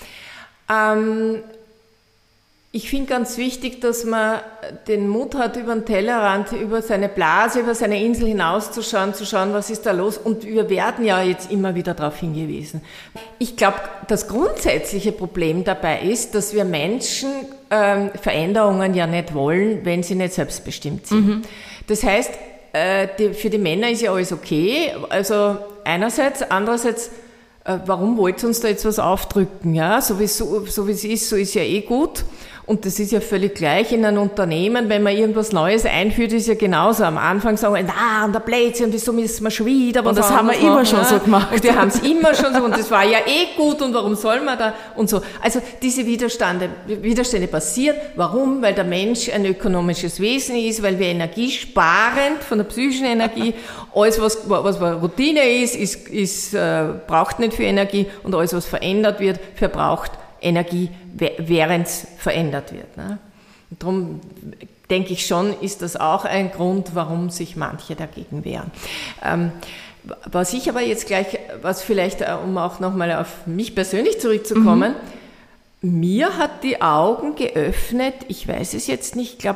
Ich finde ganz wichtig, dass man den Mut hat, über den Tellerrand, über seine Blase, über seine Insel hinauszuschauen, zu schauen, was ist da los. Und wir werden ja jetzt immer wieder darauf hingewiesen. Ich glaube, das grundsätzliche Problem dabei ist, dass wir Menschen Veränderungen ja nicht wollen, wenn sie nicht selbstbestimmt sind. Das heißt, für die Männer ist ja alles okay. Also einerseits, andererseits, warum wollt ihr uns da jetzt was aufdrücken? Ja, so wie es ist, so ist ja gut. Und das ist ja völlig gleich in einem Unternehmen, wenn man irgendwas Neues einführt, ist ja genauso. Am Anfang sagen wir, und der Blödsinn, und wieso müssen wir schon wieder? Und das haben wir immer schon so gemacht. Und wir haben es immer schon so, und das war ja gut, und warum soll man da? Und so. Also diese Widerstände passieren. Warum? Weil der Mensch ein ökonomisches Wesen ist, weil wir energiesparend von der psychischen Energie, alles was Routine ist, braucht nicht viel Energie, und alles was verändert wird, verbraucht Energie, während es verändert wird. Ne? Und darum denke ich schon, ist das auch ein Grund, warum sich manche dagegen wehren. Was ich aber jetzt gleich, was vielleicht, um auch nochmal auf mich persönlich zurückzukommen, mir hat die Augen geöffnet, ich weiß es jetzt nicht, ich glaube,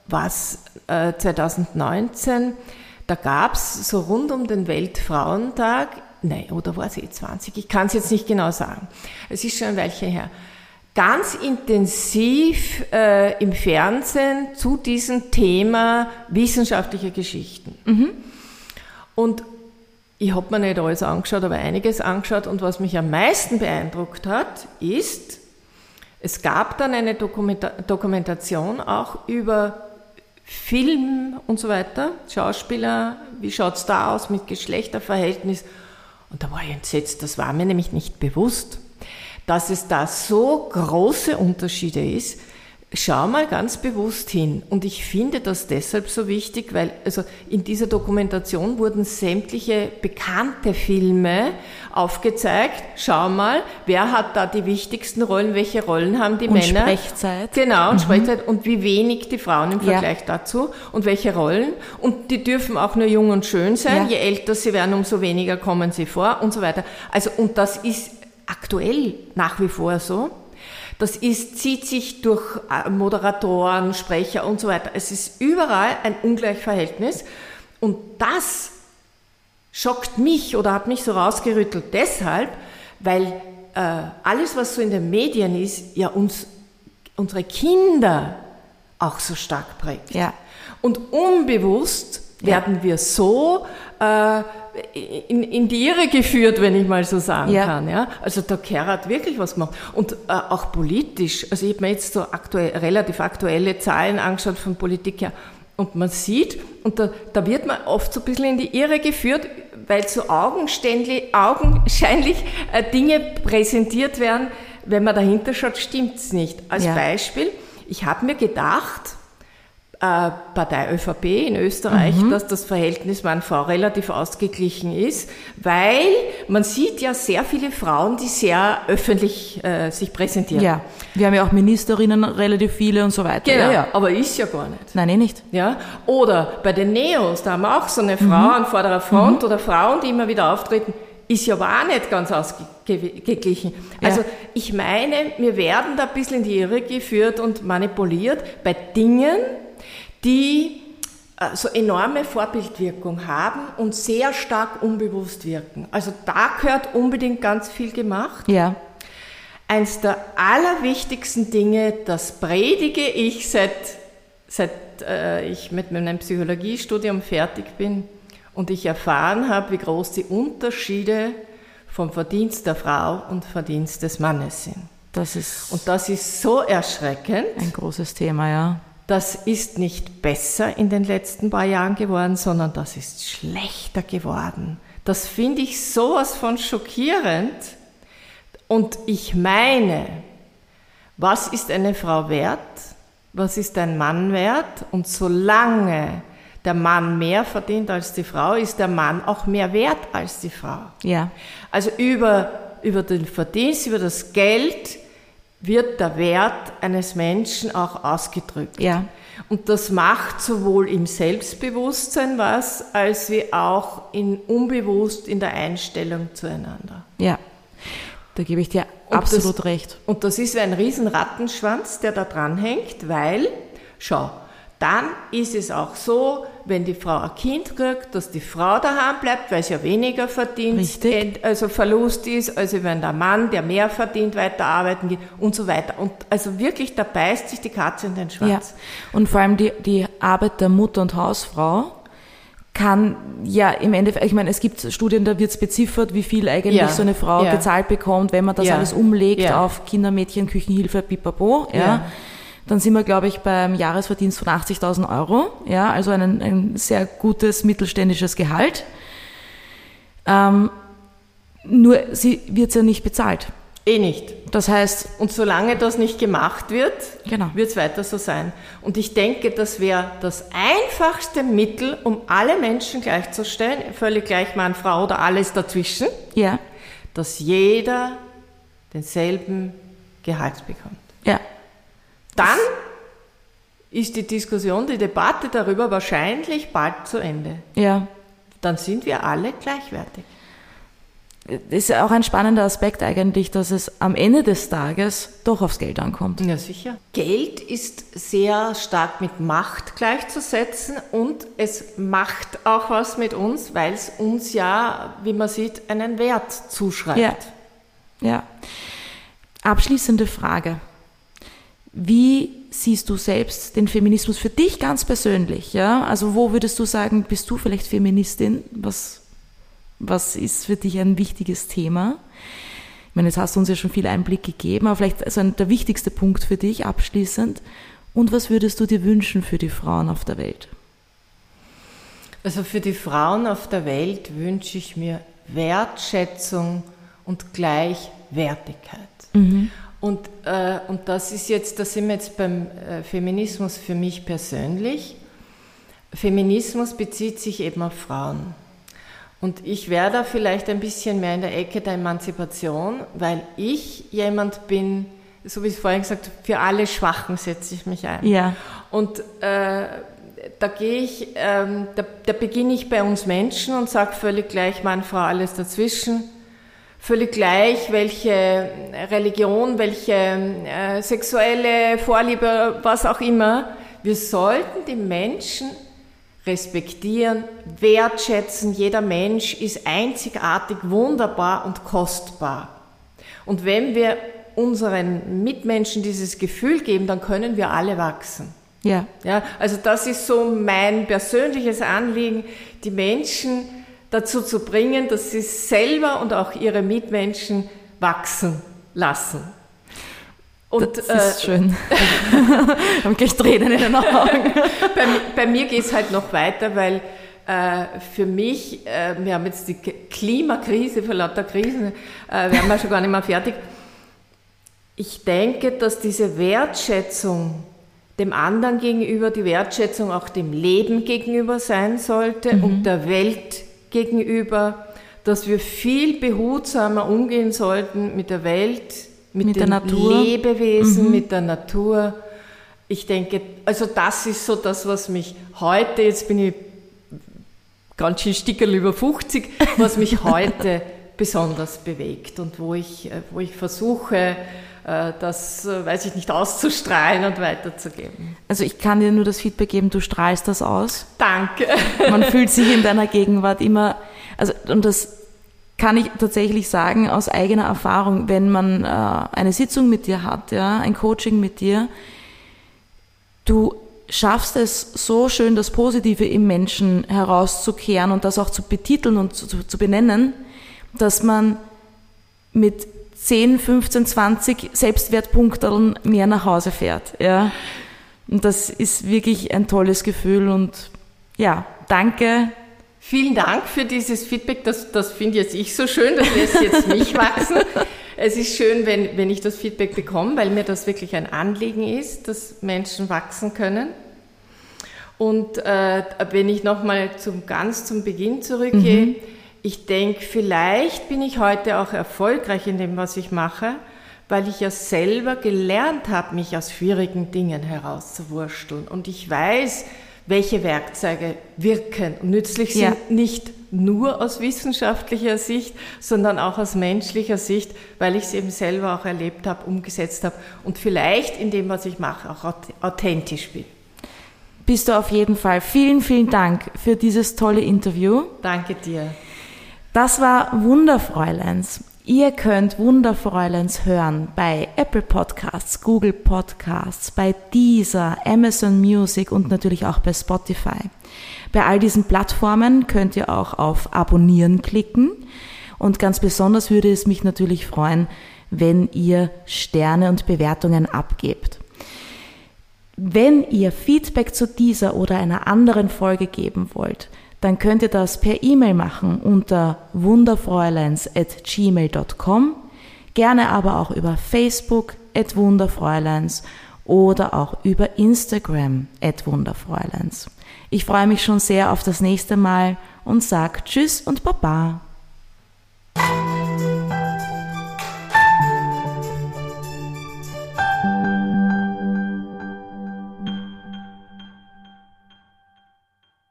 2019, da gab es so rund um den Weltfrauentag, oder war es 20? Ich kann es jetzt nicht genau sagen. Es ist schon ein Weilchen her. Ganz intensiv im Fernsehen zu diesem Thema wissenschaftliche Geschichten. Und ich habe mir nicht alles angeschaut, aber einiges angeschaut. Und was mich am meisten beeindruckt hat, ist, es gab dann eine Dokumentation auch über Film und so weiter, Schauspieler, wie schaut es da aus mit Geschlechterverhältnis? Und da war ich entsetzt, das war mir nämlich nicht bewusst, dass es da so große Unterschiede ist schau mal ganz bewusst hin. Und ich finde das deshalb so wichtig, weil also in dieser Dokumentation wurden sämtliche bekannte Filme aufgezeigt. Schau mal, wer hat da die wichtigsten Rollen, welche Rollen haben die Männer? Und Sprechzeit. Genau, und Sprechzeit und wie wenig die Frauen im Vergleich dazu und welche Rollen. Und die dürfen auch nur jung und schön sein. Je älter sie werden, umso weniger kommen sie vor und so weiter. Also, und das ist aktuell nach wie vor so. Das zieht sich durch Moderatoren, Sprecher und so weiter. Es ist überall ein Ungleichverhältnis. Und das schockt mich oder hat mich so rausgerüttelt deshalb, weil alles, was so in den Medien ist, ja unsere Kinder auch so stark prägt. Ja. Und unbewusst werden wir so in die Irre geführt, wenn ich mal so sagen kann. Ja? Also der Kerl hat wirklich was gemacht. Und auch politisch, also ich habe mir jetzt so relativ aktuelle Zahlen angeschaut von Politik her, und man sieht, und da wird man oft so ein bisschen in die Irre geführt, weil so augenscheinlich Dinge präsentiert werden, wenn man dahinter schaut, stimmt's nicht. Als Beispiel, ich habe mir gedacht, Partei ÖVP in Österreich, dass das Verhältnis Mann-Frau relativ ausgeglichen ist, weil man sieht ja sehr viele Frauen, die sehr öffentlich sich präsentieren. Ja, wir haben ja auch Ministerinnen relativ viele und so weiter. Genau, aber ist ja gar nicht. Nein, nicht. Ja? Oder bei den Neos, da haben wir auch so eine Frau an vorderer Front oder Frauen, die immer wieder auftreten, ist ja aber auch nicht ganz ausgeglichen. Also ich meine, wir werden da ein bisschen in die Irre geführt und manipuliert bei Dingen, die so enorme Vorbildwirkung haben und sehr stark unbewusst wirken. Also da gehört unbedingt ganz viel gemacht. Ja. Eins der allerwichtigsten Dinge, das predige ich seit ich mit meinem Psychologiestudium fertig bin und ich erfahren habe, wie groß die Unterschiede vom Verdienst der Frau und Verdienst des Mannes sind. Das ist so erschreckend. Ein großes Thema, ja. Das ist nicht besser in den letzten paar Jahren geworden, sondern das ist schlechter geworden. Das finde ich sowas von schockierend. Und ich meine, was ist eine Frau wert? Was ist ein Mann wert? Und solange der Mann mehr verdient als die Frau, ist der Mann auch mehr wert als die Frau. Ja. Also über den Verdienst, über das Geld wird der Wert eines Menschen auch ausgedrückt. Ja. Und das macht sowohl im Selbstbewusstsein was, als wie auch unbewusst in der Einstellung zueinander. Ja, da gebe ich dir absolut recht. Und das ist wie ein riesen Rattenschwanz, der da dranhängt, weil, schau, dann ist es auch so, wenn die Frau ein Kind kriegt, dass die Frau daheim bleibt, weil sie ja weniger verdient, also Verlust ist, also wenn der Mann, der mehr verdient, weiter arbeiten geht und so weiter. Und also wirklich, da beißt sich die Katze in den Schwanz. Ja. Und vor allem die Arbeit der Mutter und Hausfrau kann ja im Endeffekt, ich meine, es gibt Studien, da wird es beziffert, wie viel eigentlich so eine Frau gezahlt bekommt, wenn man das alles umlegt auf Kinder, Mädchen, Küchenhilfe, pipapo, Dann sind wir, glaube ich, beim Jahresverdienst von 80.000 Euro, ja, also ein sehr gutes mittelständisches Gehalt. Nur sie wird ja nicht bezahlt. Nicht. Das heißt... Und solange das nicht gemacht wird, genau, wird es weiter so sein. Und ich denke, das wäre das einfachste Mittel, um alle Menschen gleichzustellen, völlig gleich Mann, Frau oder alles dazwischen, dass jeder denselben Gehalt bekommt. Ja. Dann ist die Diskussion, die Debatte darüber wahrscheinlich bald zu Ende. Ja. Dann sind wir alle gleichwertig. Das ist ja auch ein spannender Aspekt eigentlich, dass es am Ende des Tages doch aufs Geld ankommt. Ja, sicher. Geld ist sehr stark mit Macht gleichzusetzen und es macht auch was mit uns, weil es uns ja, wie man sieht, einen Wert zuschreibt. Ja. Abschließende Frage. Wie siehst du selbst den Feminismus für dich ganz persönlich? Ja? Also wo würdest du sagen, bist du vielleicht Feministin? Was ist für dich ein wichtiges Thema? Ich meine, jetzt hast du uns ja schon viel Einblick gegeben, aber vielleicht also der wichtigste Punkt für dich abschließend. Und was würdest du dir wünschen für die Frauen auf der Welt? Also für die Frauen auf der Welt wünsche ich mir Wertschätzung und Gleichwertigkeit. Und das ist jetzt, da sind wir jetzt beim Feminismus für mich persönlich. Feminismus bezieht sich eben auf Frauen. Und ich wäre da vielleicht ein bisschen mehr in der Ecke der Emanzipation, weil ich jemand bin, so wie ich es vorhin gesagt habe, für alle Schwachen setze ich mich ein. Ja. Und da beginne ich bei uns Menschen und sage völlig gleich, Mann, Frau, alles dazwischen. Völlig gleich, welche Religion, welche sexuelle Vorliebe, was auch immer. Wir sollten die Menschen respektieren, wertschätzen. Jeder Mensch ist einzigartig, wunderbar und kostbar. Und wenn wir unseren Mitmenschen dieses Gefühl geben, dann können wir alle wachsen. Ja. Ja, also das ist so mein persönliches Anliegen, die Menschen dazu zu bringen, dass sie selber und auch ihre Mitmenschen wachsen lassen. Und, das ist schön. Ich habe gleich Tränen in den Augen. Bei mir geht es halt noch weiter, weil für mich, wir haben jetzt die Klimakrise, vor lauter Krisen, werden wir schon gar nicht mehr fertig. Ich denke, dass diese Wertschätzung dem anderen gegenüber, die Wertschätzung auch dem Leben gegenüber sein sollte und der Welt gegenüber, dass wir viel behutsamer umgehen sollten mit der Welt, mit den Lebewesen, mit der Natur. Ich denke, also das ist so das, was mich heute, jetzt bin ich ganz schön Stickerl über 50, was mich heute besonders bewegt und wo ich versuche, das, weiß ich nicht, auszustrahlen und weiterzugeben. Also ich kann dir nur das Feedback geben, du strahlst das aus. Danke. Man fühlt sich in deiner Gegenwart immer, also und das kann ich tatsächlich sagen aus eigener Erfahrung, wenn man eine Sitzung mit dir hat, ja, ein Coaching mit dir, du schaffst es so schön, das Positive im Menschen herauszukehren und das auch zu betiteln und zu benennen, dass man mit 10, 15, 20 Selbstwertpunkten mehr nach Hause fährt. Ja. Und das ist wirklich ein tolles Gefühl und ja, danke. Vielen Dank für dieses Feedback, das finde jetzt ich so schön, das lässt jetzt mich wachsen. Es ist schön, wenn ich das Feedback bekomme, weil mir das wirklich ein Anliegen ist, dass Menschen wachsen können. Und wenn ich nochmal ganz zum Beginn zurückgehe, ich denke, vielleicht bin ich heute auch erfolgreich in dem, was ich mache, weil ich ja selber gelernt habe, mich aus schwierigen Dingen herauszuwursteln. Und ich weiß, welche Werkzeuge wirken und nützlich sind, nicht nur aus wissenschaftlicher Sicht, sondern auch aus menschlicher Sicht, weil ich es eben selber auch erlebt habe, umgesetzt habe und vielleicht in dem, was ich mache, auch authentisch bin. Bist du auf jeden Fall. Vielen, vielen Dank für dieses tolle Interview. Danke dir. Das war Wunderfräuleins. Ihr könnt Wunderfräuleins hören bei Apple Podcasts, Google Podcasts, bei Deezer, Amazon Music und natürlich auch bei Spotify. Bei all diesen Plattformen könnt ihr auch auf Abonnieren klicken und ganz besonders würde es mich natürlich freuen, wenn ihr Sterne und Bewertungen abgebt. Wenn ihr Feedback zu dieser oder einer anderen Folge geben wollt, dann könnt ihr das per E-Mail machen unter wunderfräuleins@gmail.com, gerne aber auch über Facebook @wunderfräuleins oder auch über Instagram @wunderfräuleins. Ich freue mich schon sehr auf das nächste Mal und sag Tschüss und Baba.